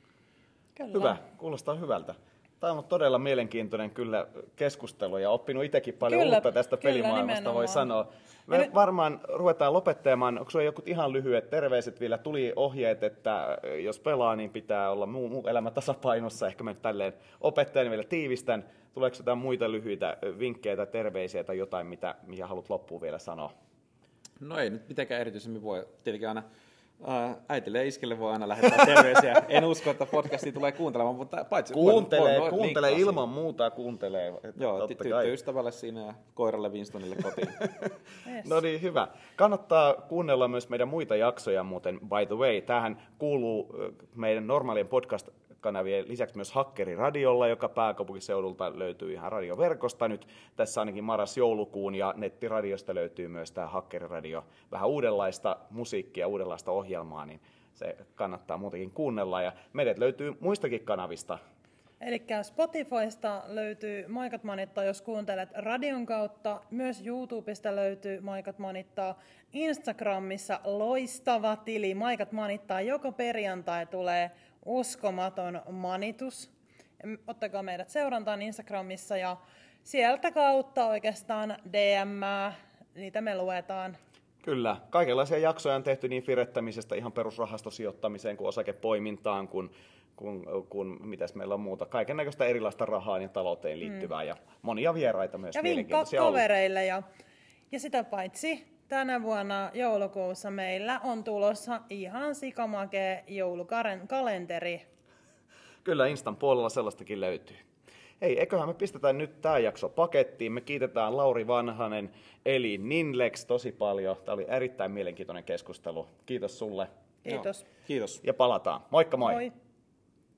[SPEAKER 2] Kyllä.
[SPEAKER 1] Hyvä, kuulostaa hyvältä. Tämä on ollut todella mielenkiintoinen kyllä keskustelu ja oppinut itsekin paljon
[SPEAKER 2] Kyllä,
[SPEAKER 1] uutta tästä
[SPEAKER 2] kyllä,
[SPEAKER 1] pelimaailmasta, voi
[SPEAKER 2] nimenomaan.
[SPEAKER 1] sanoa. Me
[SPEAKER 2] nyt-
[SPEAKER 1] varmaan ruvetaan lopettamaan. Onko sinulla joku ihan lyhyet terveiset vielä? Tuli ohjeet, että jos pelaa, niin pitää olla muu, muu elämä tasapainossa. Ehkä mä nyt tälleen opettajani vielä tiivistän. Tuleeko jotain muita lyhyitä vinkkejä tai terveisiä tai jotain, mitä, mitä haluat loppuun vielä sanoa?
[SPEAKER 3] No ei nyt mitenkään erityisemmin voi. Tietenkin aina ää, äitille ja iskelle voi aina lähettää terveisiä. En usko, että podcastia tulee kuuntelemaan, mutta paitsi...
[SPEAKER 1] Kuuntelee,
[SPEAKER 3] voi- voi
[SPEAKER 1] kuuntelee
[SPEAKER 3] linkkaa
[SPEAKER 1] ilman muuta, kuuntelee.
[SPEAKER 3] Joo,
[SPEAKER 1] totta
[SPEAKER 3] ty-
[SPEAKER 1] kai.
[SPEAKER 3] tyttöystävälle siinä ja koiralle Winstonille kotiin.
[SPEAKER 2] Yes.
[SPEAKER 1] No niin, hyvä. Kannattaa kuunnella myös meidän muita jaksoja muuten, by the way. Tämähän kuuluu ö, meidän normaalien podcast-kanavien lisäksi myös Hakkeri-radiolla, joka pääkaupunkiseudulta löytyy ihan radioverkosta nyt. Tässä ainakin marras-joulukuun ja nettiradiosta löytyy myös tämä Hakkeri-radio. Vähän uudenlaista musiikkia, uudenlaista ohjelmaa, niin se kannattaa muutenkin kuunnella. Ja meidät löytyy muistakin kanavista.
[SPEAKER 2] Eli Spotifysta löytyy Maikat Manittaa, jos kuuntelet radion kautta. Myös YouTubesta löytyy Maikat Manittaa. Instagramissa loistava tili Maikat Manittaa. Joka perjantai tulee uskomaton manitus. Ottakaa meidät seurantaan Instagramissa ja sieltä kautta oikeastaan D M, niitä me luetaan.
[SPEAKER 1] Kyllä. Kaikenlaisia jaksoja on tehty niin firettämisestä ihan perusrahastosijoittamiseen kuin osakepoimintaan, kuin kun, kun mitäs meillä on muuta. Kaiken näköistä erilaista rahaan ja talouteen liittyvää mm. ja monia vieraita myös
[SPEAKER 2] Ja vinkkaa
[SPEAKER 1] mielenkiintoisia ollut.
[SPEAKER 2] kavereille. Ja, ja sitä paitsi tänä vuonna joulukuussa meillä on tulossa ihan sikamakea joulukalenteri.
[SPEAKER 1] Kyllä, Instan puolella sellaistakin löytyy. Hei, eiköhän me pistetään nyt tämä jakso pakettiin. Me kiitetään Lauri Vanhanen, eli Ninlex tosi paljon. Tämä oli erittäin mielenkiintoinen keskustelu. Kiitos sulle
[SPEAKER 2] Kiitos.
[SPEAKER 3] Joo. Kiitos.
[SPEAKER 1] ja palataan. Moikka moi!
[SPEAKER 2] Moi.